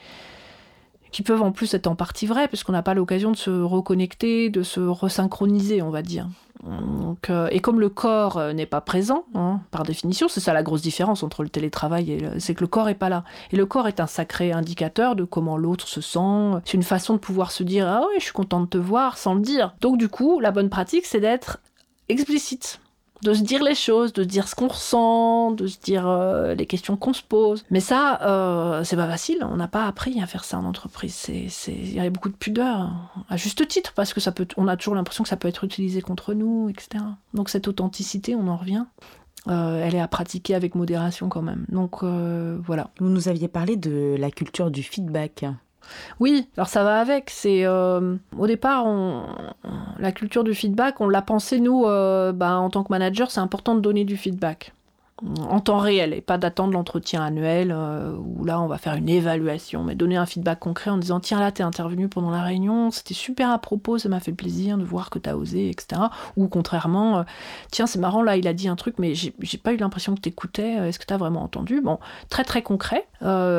qui peuvent en plus être en partie vraies, puisqu'on n'a pas l'occasion de se reconnecter, de se resynchroniser, on va dire. Donc, euh, et comme le corps euh, n'est pas présent, hein, par définition, c'est ça la grosse différence entre le télétravail et le, c'est que le corps n'est pas là. Et le corps est un sacré indicateur de comment l'autre se sent. C'est une façon de pouvoir se dire « Ah oui, je suis content de te voir » sans le dire. Donc du coup, la bonne pratique, c'est d'être explicite. De se dire les choses, de se dire ce qu'on ressent, de se dire euh, les questions qu'on se pose. Mais ça, euh, c'est pas facile. On n'a pas appris à faire ça en entreprise. C'est, c'est... Il y a beaucoup de pudeur, à juste titre, parce que ça peut, on a toujours l'impression que ça peut être utilisé contre nous, et cetera. Donc cette authenticité, on en revient. Euh, elle est à pratiquer avec modération quand même. Donc euh, voilà. Vous nous aviez parlé de la culture du feedback. Oui, alors ça va avec. C'est euh, au départ, on, la culture du feedback, on l'a pensé nous, euh, bah, en tant que manager, c'est important de donner du feedback en temps réel et pas d'attendre l'entretien annuel euh, où là on va faire une évaluation, mais donner un feedback concret en disant tiens là t'es intervenu pendant la réunion, c'était super à propos, ça m'a fait plaisir de voir que t'as osé, et cetera. Ou contrairement, euh, tiens c'est marrant là il a dit un truc mais j'ai, j'ai pas eu l'impression que t'écoutais, est-ce que t'as vraiment entendu ? Bon, très très concret.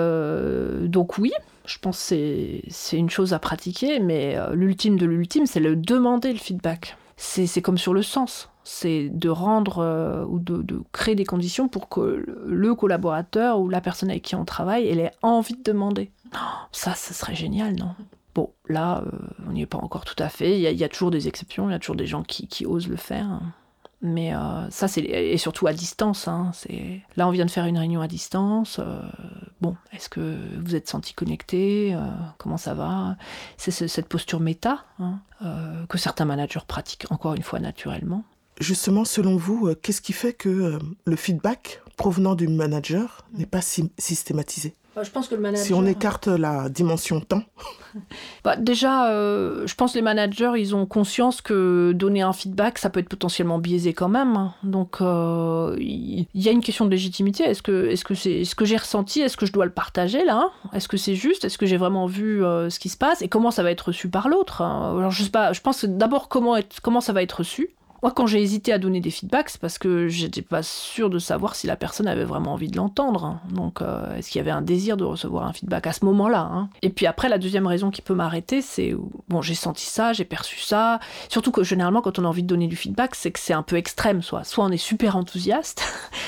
Euh, donc oui. Je pense que c'est, c'est une chose à pratiquer, mais euh, l'ultime de l'ultime, c'est le demander le feedback. C'est, c'est comme sur le sens. C'est de rendre euh, ou de, de créer des conditions pour que le collaborateur ou la personne avec qui on travaille, elle ait envie de demander. Oh, ça, ça serait génial, non ? Bon, là, euh, on n'y est pas encore tout à fait. Il y a, il y a toujours des exceptions, il y a toujours des gens qui, qui osent le faire. Mais euh, ça, c'est... Et surtout à distance. Hein, c'est... Là, on vient de faire une réunion à distance. Euh, bon, est-ce que vous êtes senti connecté ? euh, Comment ça va ? C'est ce, cette posture méta hein, euh, que certains managers pratiquent, encore une fois, naturellement. Justement, selon vous, euh, qu'est-ce qui fait que euh, le feedback provenant du manager n'est pas si- systématisé ? Je pense que le manager... Si on écarte la dimension temps. Bah, déjà, euh, je pense que les managers, ils ont conscience que donner un feedback, ça peut être potentiellement biaisé quand même. Donc, euh, il y a une question de légitimité. Est-ce que, est-ce que c'est ce que j'ai ressenti, est-ce que je dois le partager là ? Est-ce que c'est juste ? Est-ce que j'ai vraiment vu euh, ce qui se passe ? Et comment ça va être reçu par l'autre ? Alors, je sais pas, je pense que d'abord, comment, être, comment ça va être reçu ? Moi, quand j'ai hésité à donner des feedbacks, c'est parce que j'étais pas sûre de savoir si la personne avait vraiment envie de l'entendre. Donc, euh, est-ce qu'il y avait un désir de recevoir un feedback à ce moment-là hein ? Et puis après, la deuxième raison qui peut m'arrêter, c'est bon, j'ai senti ça, j'ai perçu ça. Surtout que généralement, quand on a envie de donner du feedback, c'est que c'est un peu extrême, soit. Soit on est super enthousiaste.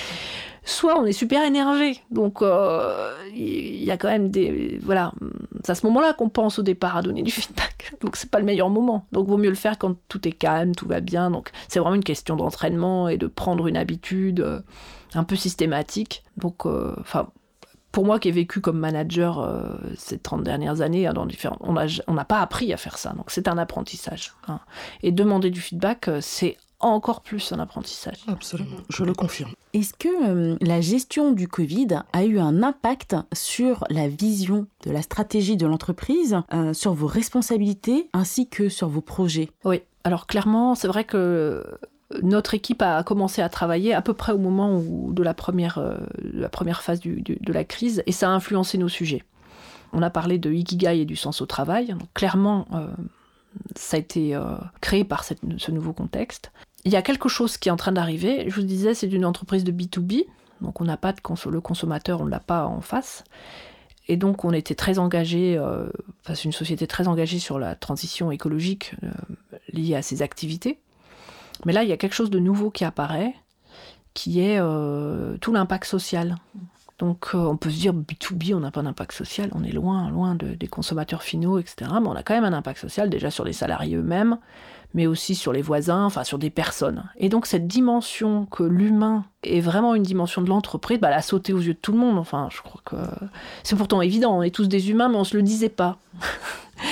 Soit on est super énervé, donc euh, il y a quand même des... Voilà, c'est à ce moment-là qu'on pense au départ à donner du feedback, donc c'est pas le meilleur moment. Donc vaut mieux le faire quand tout est calme, tout va bien, donc c'est vraiment une question d'entraînement et de prendre une habitude euh, un peu systématique. Donc, euh, enfin... Pour moi qui ai vécu comme manager euh, ces trente dernières années, hein, dans différents... on n'a on n'a pas appris à faire ça, donc c'est un apprentissage. Hein. Et demander du feedback, euh, c'est encore plus un apprentissage. Absolument, je le confirme. Est-ce que euh, la gestion du Covid a eu un impact sur la vision de la stratégie de l'entreprise, euh, sur vos responsabilités ainsi que sur vos projets ? Oui, alors clairement, c'est vrai que notre équipe a commencé à travailler à peu près au moment où, de, la première, euh, de la première phase du, du, de la crise, et ça a influencé nos sujets. On a parlé de Ikigai et du sens au travail. Donc, clairement, euh, ça a été euh, créé par cette, ce nouveau contexte. Il y a quelque chose qui est en train d'arriver. Je vous disais, c'est d'une entreprise de B deux B. Donc, on n'a pas de cons- le consommateur, on ne l'a pas en face. Et donc, on était très engagés, euh, enfin, c'est une société très engagée sur la transition écologique euh, liée à ses activités. Mais là, il y a quelque chose de nouveau qui apparaît, qui est euh, tout l'impact social. Donc, euh, on peut se dire, B deux B, on n'a pas d'impact social, on est loin, loin de, des consommateurs finaux, et cetera. Mais on a quand même un impact social, déjà sur les salariés eux-mêmes, mais aussi sur les voisins, enfin sur des personnes. Et donc, cette dimension que l'humain est vraiment une dimension de l'entreprise, bah, elle a sauté aux yeux de tout le monde. Enfin, je crois que c'est pourtant évident, on est tous des humains, mais on ne se le disait pas.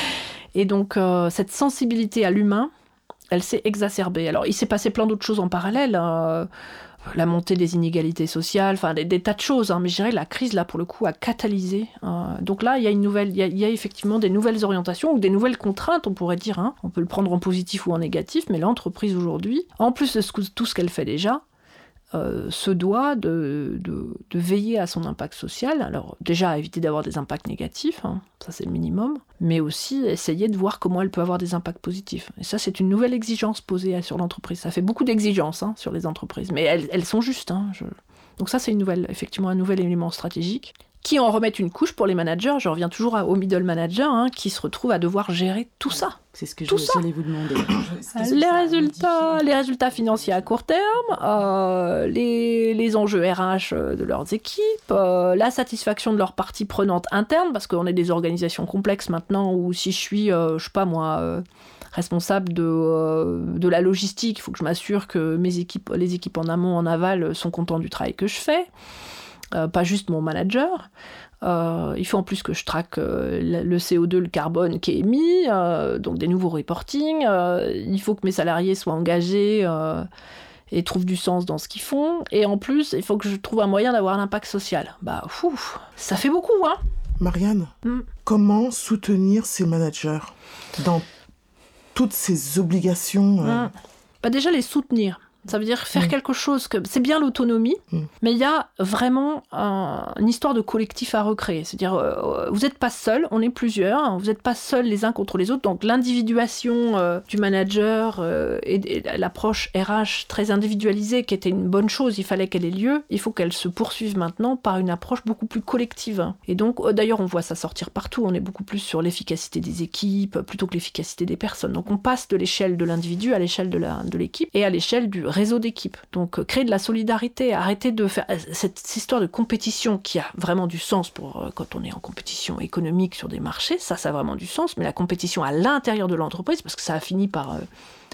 Et donc, euh, cette sensibilité à l'humain, elle s'est exacerbée. Alors, il s'est passé plein d'autres choses en parallèle, hein. La montée des inégalités sociales, enfin des, des tas de choses, hein. Mais je dirais la crise, là, pour le coup, a catalysé. Euh, donc là, il y a une nouvelle, il y a, il y a effectivement des nouvelles orientations ou des nouvelles contraintes, on pourrait dire, hein. On peut le prendre en positif ou en négatif, mais l'entreprise aujourd'hui, en plus de ce, tout ce qu'elle fait déjà, Euh, se doit de, de, de veiller à son impact social. Alors déjà, éviter d'avoir des impacts négatifs, hein, ça c'est le minimum, mais aussi essayer de voir comment elle peut avoir des impacts positifs. Et ça, c'est une nouvelle exigence posée sur l'entreprise. Ça fait beaucoup d'exigences, hein, sur les entreprises, mais elles, elles sont justes. Hein, je... Donc ça, c'est une nouvelle, effectivement un nouvel élément stratégique qui en remettent une couche pour les managers. Je reviens toujours au middle manager, hein, qui se retrouve à devoir gérer tout ça. C'est ce que tout je, ça. j'allais vous demander. Les résultats, les résultats financiers à court terme, euh, les, les enjeux R H de leurs équipes, euh, la satisfaction de leurs parties prenantes internes, parce qu'on est des organisations complexes maintenant, où si je suis, euh, je sais pas moi, euh, responsable de, euh, de la logistique, il faut que je m'assure que mes équipes, les équipes en amont, en aval, sont contents du travail que je fais. Euh, pas juste mon manager. Euh, il faut en plus que je traque euh, le C O deux, le carbone qui est émis, euh, donc des nouveaux reporting. Euh, il faut que mes salariés soient engagés euh, et trouvent du sens dans ce qu'ils font. Et en plus, il faut que je trouve un moyen d'avoir un impact social. Bah, fou, ça fait beaucoup, hein. Marianne, mm. comment soutenir ces managers dans toutes ces obligations euh... mm. Bah, déjà, les soutenir. Ça veut dire faire mmh. quelque chose que... C'est bien l'autonomie, mmh. mais il y a vraiment un, une histoire de collectif à recréer. C'est-à-dire, euh, vous n'êtes pas seul, on est plusieurs, hein, vous n'êtes pas seuls les uns contre les autres. Donc l'individuation euh, du manager euh, et, et l'approche R H très individualisée, qui était une bonne chose, il fallait qu'elle ait lieu, il faut qu'elle se poursuive maintenant par une approche beaucoup plus collective. Et donc, euh, d'ailleurs, on voit ça sortir partout. On est beaucoup plus sur l'efficacité des équipes plutôt que l'efficacité des personnes. Donc on passe de l'échelle de l'individu à l'échelle de, la, de l'équipe et à l'échelle du réseau d'équipe. Donc, euh, créer de la solidarité, arrêter de faire cette, cette histoire de compétition qui a vraiment du sens pour euh, quand on est en compétition économique sur des marchés, ça, ça a vraiment du sens, mais la compétition à l'intérieur de l'entreprise, parce que ça a fini par, euh,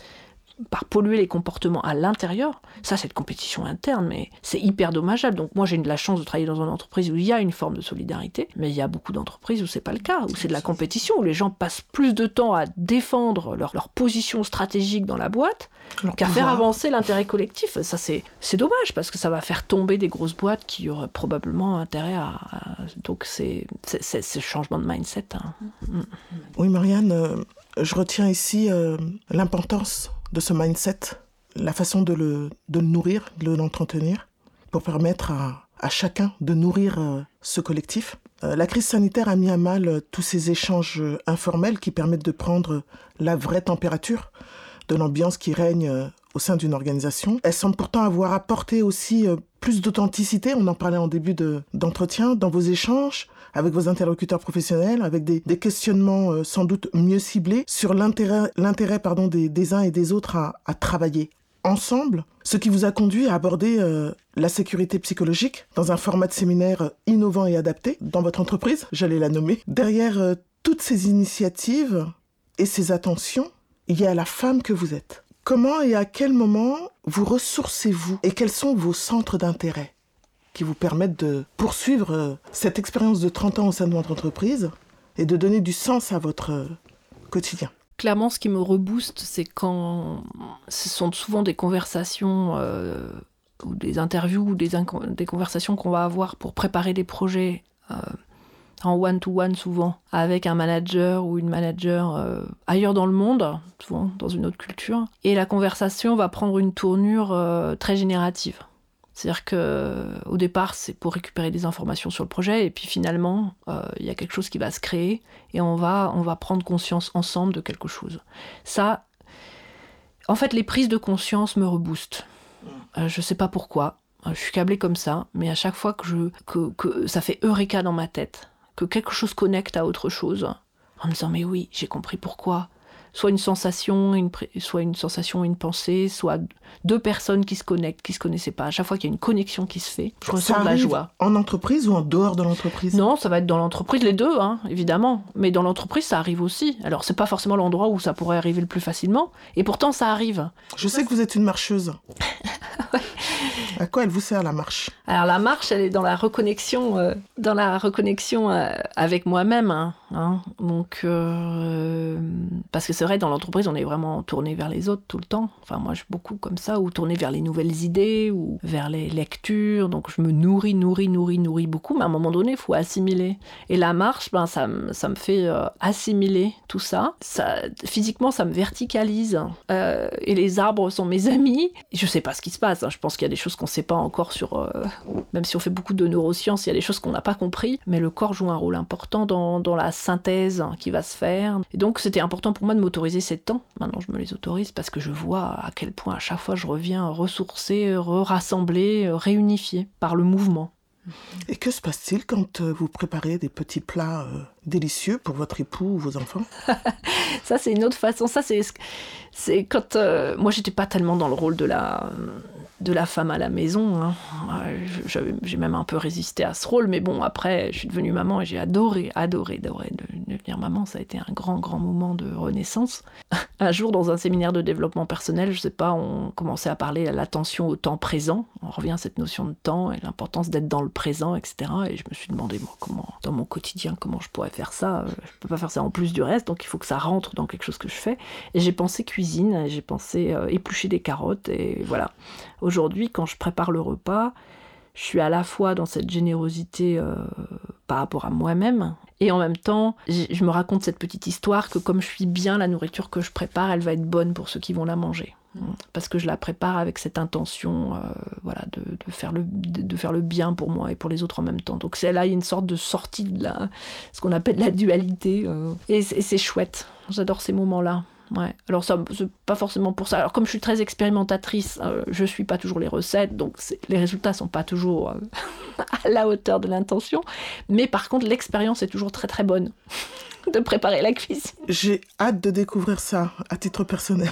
par polluer les comportements à l'intérieur, ça, c'est de compétition interne, mais c'est hyper dommageable. Donc, moi, j'ai eu de la chance de travailler dans une entreprise où il y a une forme de solidarité, mais il y a beaucoup d'entreprises où c'est pas le cas, où c'est de la compétition, où les gens passent plus de temps à défendre leur, leur position stratégique dans la boîte leur qu'à pouvoir. Faire avancer l'intérêt collectif. Ça, c'est, c'est dommage, parce que ça va faire tomber des grosses boîtes qui auraient probablement intérêt à... à... Donc, c'est, c'est, c'est ce changement de mindset. Hein. Mm. Oui, Marianne, euh, je retiens ici euh, l'importance de ce mindset, la façon de le, de le nourrir, de l'entretenir, pour permettre à, à chacun de nourrir euh, ce collectif. Euh, la crise sanitaire a mis à mal euh, tous ces échanges euh, informels qui permettent de prendre la vraie température de l'ambiance qui règne euh, au sein d'une organisation. Elle semble pourtant avoir apporté aussi euh, plus d'authenticité, on en parlait en début de, d'entretien, dans vos échanges, avec vos interlocuteurs professionnels, avec des, des questionnements euh, sans doute mieux ciblés sur l'intérêt, l'intérêt pardon, des, des uns et des autres à, à travailler ensemble, ce qui vous a conduit à aborder euh, la sécurité psychologique dans un format de séminaire innovant et adapté dans votre entreprise, j'allais la nommer. Derrière euh, toutes ces initiatives et ces attentions, il y a la femme que vous êtes. Comment et à quel moment vous ressourcez-vous et quels sont vos centres d'intérêt qui vous permettent de poursuivre euh, cette expérience de trente ans au sein de votre entreprise et de donner du sens à votre euh, quotidien? Clairement, ce qui me rebooste, c'est quand ce sont souvent des conversations euh, ou des interviews ou des, inco- des conversations qu'on va avoir pour préparer des projets euh, en one-to-one souvent, avec un manager ou une manager euh, ailleurs dans le monde, souvent dans une autre culture. Et la conversation va prendre une tournure euh, très générative. C'est-à-dire qu'au départ, c'est pour récupérer des informations sur le projet, et puis finalement, euh, il y a quelque chose qui va se créer, et on va, on va prendre conscience ensemble de quelque chose. Ça, en fait, les prises de conscience me reboostent. Euh, je ne sais pas pourquoi, je suis câblée comme ça, mais à chaque fois que, je, que, que ça fait eureka dans ma tête, que quelque chose connecte à autre chose, en me disant « mais oui, j'ai compris pourquoi ». Soit une sensation, une, soit une sensation, une pensée, soit deux personnes qui se connectent, qui ne se connaissaient pas. À chaque fois qu'il y a une connexion qui se fait, je ressens de la joie. En entreprise ou en dehors de l'entreprise? Non, ça va être dans l'entreprise, les deux, hein, évidemment. Mais dans l'entreprise, ça arrive aussi. Alors, ce n'est pas forcément l'endroit où ça pourrait arriver le plus facilement, et pourtant, ça arrive. Je sais que vous êtes une marcheuse. Ouais. À quoi elle vous sert la marche ? Alors la marche, elle est dans la reconnexion, euh, dans la reconnexion euh, avec moi-même. Hein, hein. Donc, euh, parce que c'est vrai, dans l'entreprise, on est vraiment tourné vers les autres tout le temps. Enfin, moi, je suis beaucoup comme ça, ou tourné vers les nouvelles idées, ou vers les lectures. Donc, je me nourris, nourris, nourris, nourris beaucoup. Mais à un moment donné, il faut assimiler. Et la marche, ben, ça, ça me fait euh, assimiler tout ça. ça. Physiquement, ça me verticalise. Euh, et les arbres sont mes amis. Je sais pas ce qui se passe. Hein. Je pense qu'il y a des choses qu'on sait pas encore sur... Euh, même si on fait beaucoup de neurosciences, il y a des choses qu'on n'a pas compris. Mais le corps joue un rôle important dans, dans la synthèse qui va se faire. Et donc, c'était important pour moi de m'autoriser ces temps. Maintenant, je me les autorise parce que je vois à quel point, à chaque fois, je reviens ressourcer, rassembler, réunifier par le mouvement. Et que se passe-t-il quand euh, vous préparez des petits plats euh, délicieux pour votre époux ou vos enfants ? Ça, c'est une autre façon. Ça, c'est, c'est quand... Euh, moi, j'étais pas tellement dans le rôle de la... de la femme à la maison. Hein. J'avais, j'ai même un peu résisté à ce rôle, mais bon, après, je suis devenue maman et j'ai adoré, adoré, adoré de devenir maman. Ça a été un grand, grand moment de renaissance. Un jour, dans un séminaire de développement personnel, je sais pas, on commençait à parler de l'attention au temps présent. On revient à cette notion de temps et l'importance d'être dans le présent, et cetera. Et je me suis demandé, moi, comment, dans mon quotidien, comment je pourrais faire ça ? Je peux pas faire ça en plus du reste, donc il faut que ça rentre dans quelque chose que je fais. Et j'ai pensé cuisine, j'ai pensé euh, éplucher des carottes, et voilà. Aujourd'hui, quand je prépare le repas, je suis à la fois dans cette générosité euh, par rapport à moi-même, et en même temps, je me raconte cette petite histoire que comme je suis bien, la nourriture que je prépare, elle va être bonne pour ceux qui vont la manger. Parce que je la prépare avec cette intention euh, voilà, de, de, faire le, de, de faire le bien pour moi et pour les autres en même temps. Donc c'est là, il y a une sorte de sortie de la, ce qu'on appelle la dualité. Euh, et, c'est, et c'est chouette. J'adore ces moments-là. Ouais. Alors ça, c'est pas forcément pour ça. Alors comme je suis très expérimentatrice, euh, je suis pas toujours les recettes, donc c'est, les résultats sont pas toujours euh, à la hauteur de l'intention. Mais par contre, l'expérience est toujours très très bonne de préparer la cuisine. J'ai hâte de découvrir ça à titre personnel.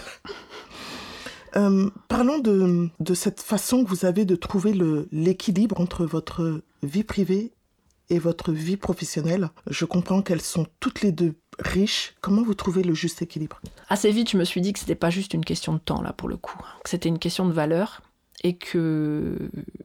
Euh, parlons de, de cette façon que vous avez de trouver le, l'équilibre entre votre vie privée et votre vie professionnelle. Je comprends qu'elles sont toutes les deux riches. Comment vous trouvez le juste équilibre ? Assez vite, je me suis dit que c'était pas juste une question de temps, là, pour le coup. Que c'était une question de valeur et que...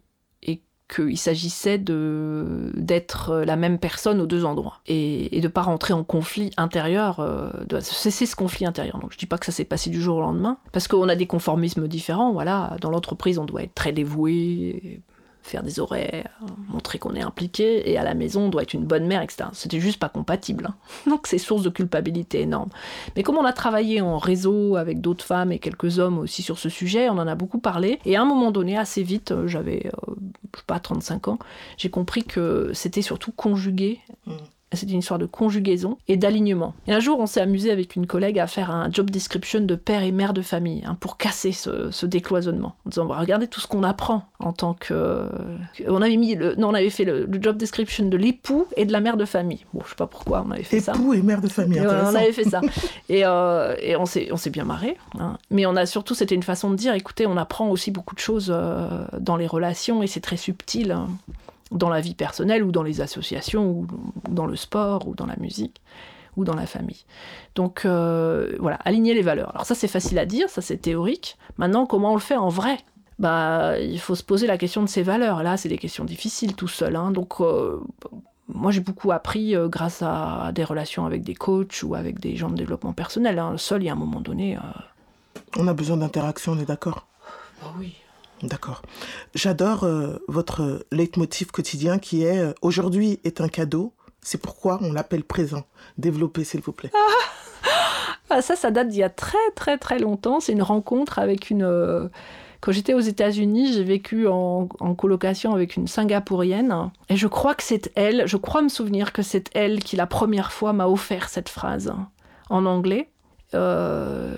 et qu'il s'agissait de, d'être la même personne aux deux endroits et, et de ne pas rentrer en conflit intérieur, euh, de cesser ce conflit intérieur. Donc je ne dis pas que ça s'est passé du jour au lendemain, parce qu'on a des conformismes différents. Voilà. Dans l'entreprise, on doit être très dévoué, faire des horaires, montrer qu'on est impliqué, et à la maison, on doit être une bonne mère, et cetera. C'était juste pas compatible. Hein. Donc c'est source de culpabilité énorme. Mais comme on a travaillé en réseau avec d'autres femmes et quelques hommes aussi sur ce sujet, on en a beaucoup parlé, et à un moment donné, assez vite, j'avais, euh, je sais pas, trente-cinq ans, j'ai compris que c'était surtout conjugué. Mmh. C'était une histoire de conjugaison et d'alignement. Et un jour, on s'est amusé avec une collègue à faire un job description de père et mère de famille, hein, pour casser ce, ce décloisonnement. En disant, bah, regardez tout ce qu'on apprend en tant que... On avait, mis le... non, on avait fait le, le job description de l'époux et de la mère de famille. Bon, je sais pas pourquoi on avait fait époux ça. Époux et mère de famille, intéressant. On avait fait ça. et, euh, et on s'est, on s'est bien marré. Hein. Mais on a surtout, c'était une façon de dire, écoutez, on apprend aussi beaucoup de choses euh, dans les relations, et c'est très subtil, hein, dans la vie personnelle ou dans les associations ou dans le sport ou dans la musique ou dans la famille. Donc euh, voilà, aligner les valeurs. Alors ça, c'est facile à dire, ça c'est théorique. Maintenant, comment on le fait en vrai ? Bah, il faut se poser la question de ces valeurs. Là, c'est des questions difficiles tout seul. Hein. Donc euh, moi, j'ai beaucoup appris euh, grâce à des relations avec des coachs ou avec des gens de développement personnel. Hein. Seul, il y a un moment donné... Euh... On a besoin d'interaction, on est d'accord ? Bah oui. D'accord. J'adore euh, votre leitmotiv quotidien qui est euh, « Aujourd'hui est un cadeau, c'est pourquoi on l'appelle présent ». Développez, s'il vous plaît. Ah, ah, ça, ça date d'il y a très, très, très longtemps. C'est une rencontre avec une... Euh... Quand j'étais aux États-Unis, j'ai vécu en, en colocation avec une Singapourienne. Et je crois que c'est elle, je crois me souvenir que c'est elle qui, la première fois, m'a offert cette phrase en anglais. Euh...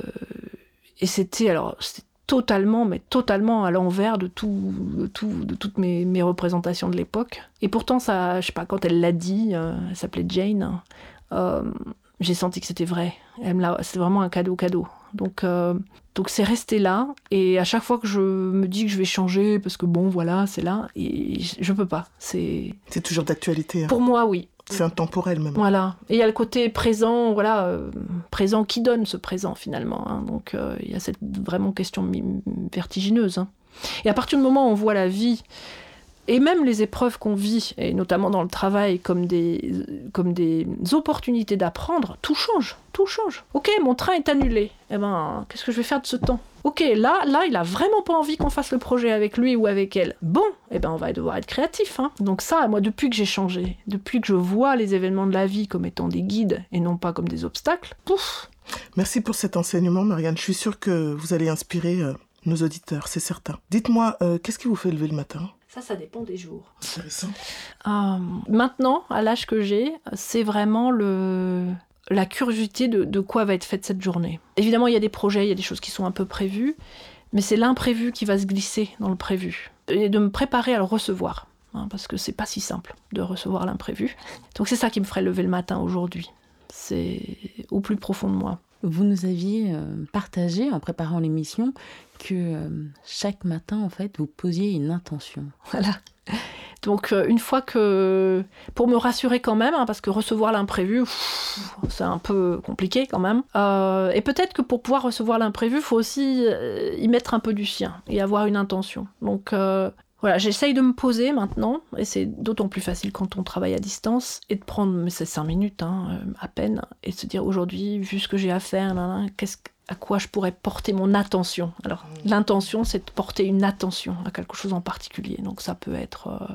Et c'était... alors c'était totalement, mais totalement à l'envers de, tout, de, tout, de toutes mes, mes représentations de l'époque. Et pourtant, ça, je sais pas, quand elle l'a dit, euh, elle s'appelait Jane, euh, j'ai senti que c'était vrai. Elle me l'a, c'était vraiment un cadeau, cadeau. Donc, euh, donc c'est resté là. Et à chaque fois que je me dis que je vais changer, parce que bon, voilà, c'est là, et je peux pas. C'est, c'est toujours d'actualité. Hein. Pour moi, oui. C'est intemporel même. Voilà. Et il y a le côté présent, voilà, euh, présent qui donne ce présent finalement. Hein. Donc il euh, y a cette vraiment question mi- vertigineuse. Hein. Et à partir du moment où on voit la vie, et même les épreuves qu'on vit, et notamment dans le travail, comme des, comme des opportunités d'apprendre, tout change, tout change. Ok, mon train est annulé. Eh ben, qu'est-ce que je vais faire de ce temps ? Ok, là, là, il a vraiment pas envie qu'on fasse le projet avec lui ou avec elle. Bon, eh ben, on va devoir être créatif. Hein. Donc ça, moi, depuis que j'ai changé, depuis que je vois les événements de la vie comme étant des guides et non pas comme des obstacles, pouf. Merci pour cet enseignement, Marianne. Je suis sûre que vous allez inspirer euh, nos auditeurs, c'est certain. Dites-moi, euh, qu'est-ce qui vous fait lever le matin ? Ça, ça dépend des jours. Intéressant. Euh, maintenant, à l'âge que j'ai, c'est vraiment le... la curiosité de, de quoi va être faite cette journée. Évidemment, il y a des projets, il y a des choses qui sont un peu prévues, mais c'est l'imprévu qui va se glisser dans le prévu. Et de me préparer à le recevoir, hein, parce que c'est pas si simple de recevoir l'imprévu. Donc c'est ça qui me ferait lever le matin aujourd'hui. C'est au plus profond de moi. Vous nous aviez euh, partagé, en préparant l'émission, que euh, chaque matin, en fait, vous posiez une intention. Voilà. Donc, euh, une fois que... Pour me rassurer quand même, hein, parce que recevoir l'imprévu, pff, c'est un peu compliqué quand même. Euh, et peut-être que pour pouvoir recevoir l'imprévu, il faut aussi euh, y mettre un peu du sien et avoir une intention. Donc, euh, voilà, j'essaye de me poser maintenant, et c'est d'autant plus facile quand on travaille à distance, et de prendre, mais c'est cinq minutes, hein, à peine, et de se dire aujourd'hui, vu ce que j'ai à faire, là, là, qu'est-ce que... à quoi je pourrais porter mon attention. Alors, l'intention, c'est de porter une attention à quelque chose en particulier. Donc, ça peut être... Euh...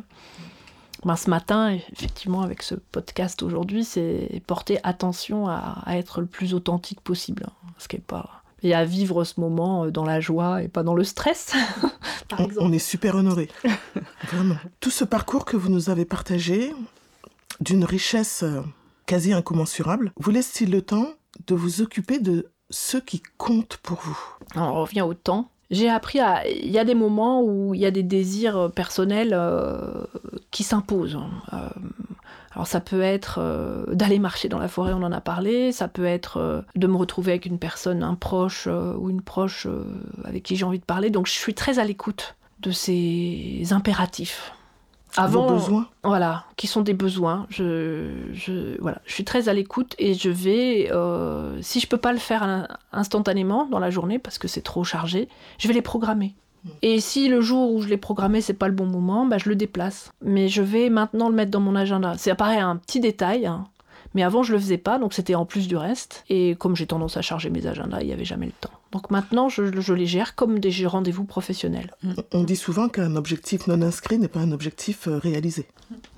Ben, ce matin, effectivement, avec ce podcast aujourd'hui, c'est porter attention à, à être le plus authentique possible. Ce qui est pas... Et à vivre ce moment dans la joie et pas dans le stress, par on, exemple. On est super honorés. Vraiment. Tout ce parcours que vous nous avez partagé, d'une richesse quasi incommensurable, vous laisse-t-il le temps de vous occuper de ce qui compte pour vous ? Alors, on revient au temps. J'ai appris à... Il y a des moments où il y a des désirs personnels euh, qui s'imposent. Euh, alors ça peut être euh, d'aller marcher dans la forêt, on en a parlé. Ça peut être euh, de me retrouver avec une personne, un proche euh, ou une proche euh, avec qui j'ai envie de parler. Donc je suis très à l'écoute de ces impératifs. Avant, vos besoins ? Voilà, qui sont des besoins. Je, je, voilà, je suis très à l'écoute et je vais, euh, si je peux pas le faire instantanément dans la journée parce que c'est trop chargé, je vais les programmer. Mmh. Et si le jour où je l'ai programmé, c'est pas le bon moment, bah, je le déplace. Mais je vais maintenant le mettre dans mon agenda. Ça paraît un petit détail, hein, mais avant je le faisais pas, donc c'était en plus du reste. Et comme j'ai tendance à charger mes agendas, il y avait jamais le temps. Donc maintenant, je, je les gère comme des rendez-vous professionnels. On dit souvent qu'un objectif non inscrit n'est pas un objectif réalisé.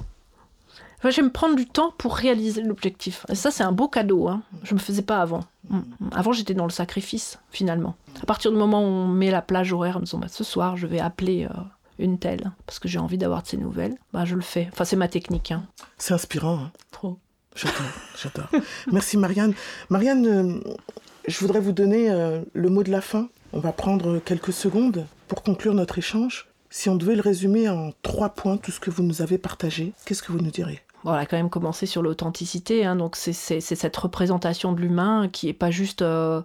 Enfin, je vais me prendre du temps pour réaliser l'objectif. Et ça, c'est un beau cadeau. Hein. Je ne me faisais pas avant. Avant, j'étais dans le sacrifice, finalement. À partir du moment où on met la plage horaire en me disant bah, « ce soir, je vais appeler euh, une telle, parce que j'ai envie d'avoir de ses nouvelles bah, », je le fais. Enfin, c'est ma technique. Hein. C'est inspirant. Hein. Trop. J'adore, j'adore. Merci, Marianne. Marianne, euh, je voudrais vous donner euh, le mot de la fin. On va prendre quelques secondes pour conclure notre échange. Si on devait le résumer en trois points, tout ce que vous nous avez partagé, qu'est-ce que vous nous diriez ? Bon, on a quand même commencé sur l'authenticité, hein, donc c'est, c'est, c'est cette représentation de l'humain qui n'est pas juste euh,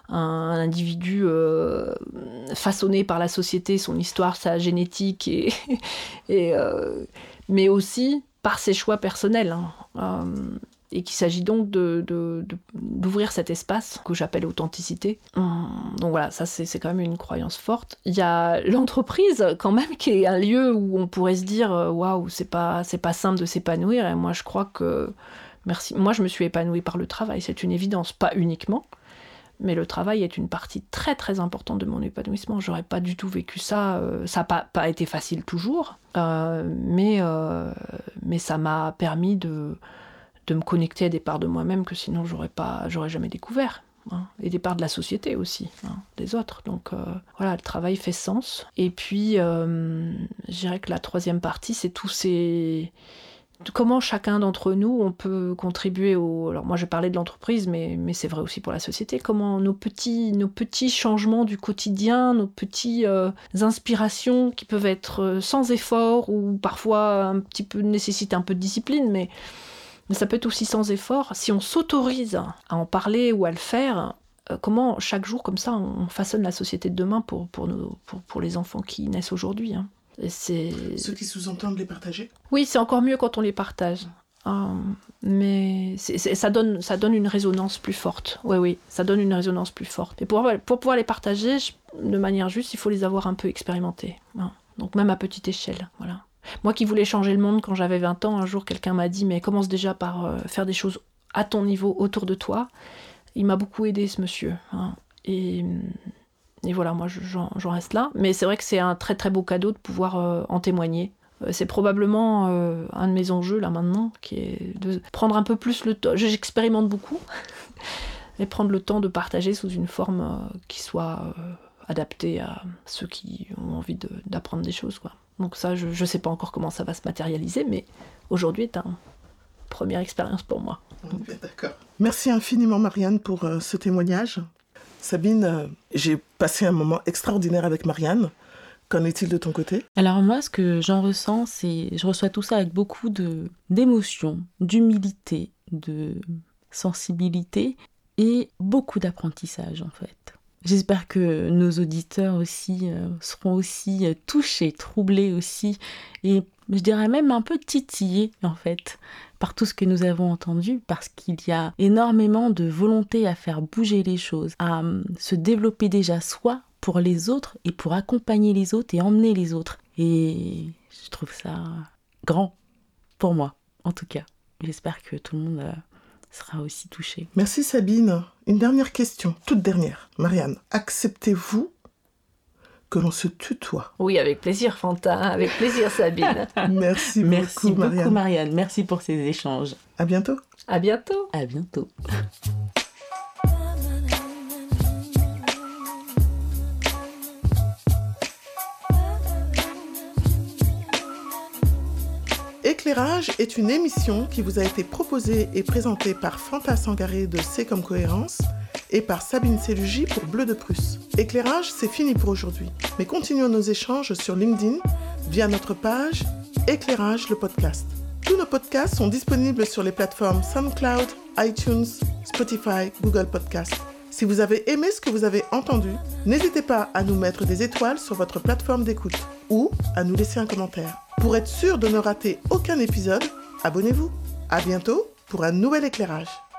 un individu euh, façonné par la société, son histoire, sa génétique, et, et, euh, mais aussi par ses choix personnels. Hein, euh, et qu'il s'agit donc de, de, de, d'ouvrir cet espace que j'appelle authenticité. Donc voilà, ça c'est, c'est quand même une croyance forte. Il y a l'entreprise quand même qui est un lieu où on pourrait se dire waouh, c'est pas, c'est pas simple de s'épanouir. Et moi je crois que, merci, moi je me suis épanouie par le travail, c'est une évidence, pas uniquement, mais le travail est une partie très très importante de mon épanouissement. J'aurais pas du tout vécu ça, euh, ça n'a pas, pas été facile toujours, euh, mais, euh, mais ça m'a permis de de me connecter à des parts de moi-même que sinon j'aurais pas, j'aurais jamais découvert. Hein. Et des parts de la société aussi, hein, des autres. Donc euh, voilà, le travail fait sens. Et puis, euh, je dirais que la troisième partie, c'est tous ces... Comment chacun d'entre nous, on peut contribuer au... Alors moi, je parlais de l'entreprise, mais, mais c'est vrai aussi pour la société. Comment nos petits, nos petits changements du quotidien, nos petites euh, inspirations qui peuvent être sans effort ou parfois un petit peu nécessitent un peu de discipline, mais... Mais ça peut être aussi sans effort. Si on s'autorise à en parler ou à le faire, euh, comment chaque jour, comme ça, on façonne la société de demain pour, pour, nos, pour, pour les enfants qui naissent aujourd'hui. Hein. Et c'est... Ceux qui sous-entendent les partager ? Oui, c'est encore mieux quand on les partage. Euh, mais c'est, c'est, ça, donne, ça donne une résonance plus forte. Oui, oui, ça donne une résonance plus forte. Et pour, pour pouvoir les partager je, de manière juste, il faut les avoir un peu expérimentés. Hein. Donc même à petite échelle, voilà. Moi qui voulais changer le monde quand j'avais vingt ans, un jour quelqu'un m'a dit « mais commence déjà par euh, faire des choses à ton niveau, autour de toi ». Il m'a beaucoup aidé ce monsieur. Hein. Et, et voilà, moi j'en, j'en reste là. Mais c'est vrai que c'est un très très beau cadeau de pouvoir euh, en témoigner. Euh, c'est probablement euh, un de mes enjeux là maintenant, qui est de prendre un peu plus le temps. J'expérimente beaucoup, et prendre le temps de partager sous une forme euh, qui soit euh, adaptée à ceux qui ont envie de, d'apprendre des choses, quoi. Donc ça, je ne sais pas encore comment ça va se matérialiser, mais aujourd'hui est une première expérience pour moi. Bien, d'accord. Merci infiniment Marianne pour euh, ce témoignage. Sabine, euh, j'ai passé un moment extraordinaire avec Marianne. Qu'en est-il de ton côté ? Alors moi, ce que j'en ressens, c'est... Je reçois tout ça avec beaucoup de... d'émotion, d'humilité, de sensibilité et beaucoup d'apprentissage en fait. J'espère que nos auditeurs aussi euh, seront aussi euh, touchés, troublés aussi, et je dirais même un peu titillés en fait, par tout ce que nous avons entendu, parce qu'il y a énormément de volonté à faire bouger les choses, à euh, se développer déjà soi pour les autres et pour accompagner les autres et emmener les autres. Et je trouve ça grand, pour moi en tout cas. J'espère que tout le monde... Euh, sera aussi touché. Merci Sabine. Une dernière question, toute dernière. Marianne, acceptez-vous que l'on se tutoie ? Oui, avec plaisir Fanta, avec plaisir Sabine. Merci, Merci beaucoup, beaucoup Marianne. Marianne. Merci pour ces échanges. À bientôt. À bientôt. À bientôt. Éclairage est une émission qui vous a été proposée et présentée par Fanta Sangaré de C comme Cohérence et par Sabine Sellugi pour Bleu de Prusse. Éclairage, c'est fini pour aujourd'hui. Mais continuons nos échanges sur LinkedIn via notre page Éclairage le podcast. Tous nos podcasts sont disponibles sur les plateformes SoundCloud, iTunes, Spotify, Google Podcasts. Si vous avez aimé ce que vous avez entendu, n'hésitez pas à nous mettre des étoiles sur votre plateforme d'écoute ou à nous laisser un commentaire. Pour être sûr de ne rater aucun épisode, abonnez-vous. À bientôt pour un nouvel éclairage.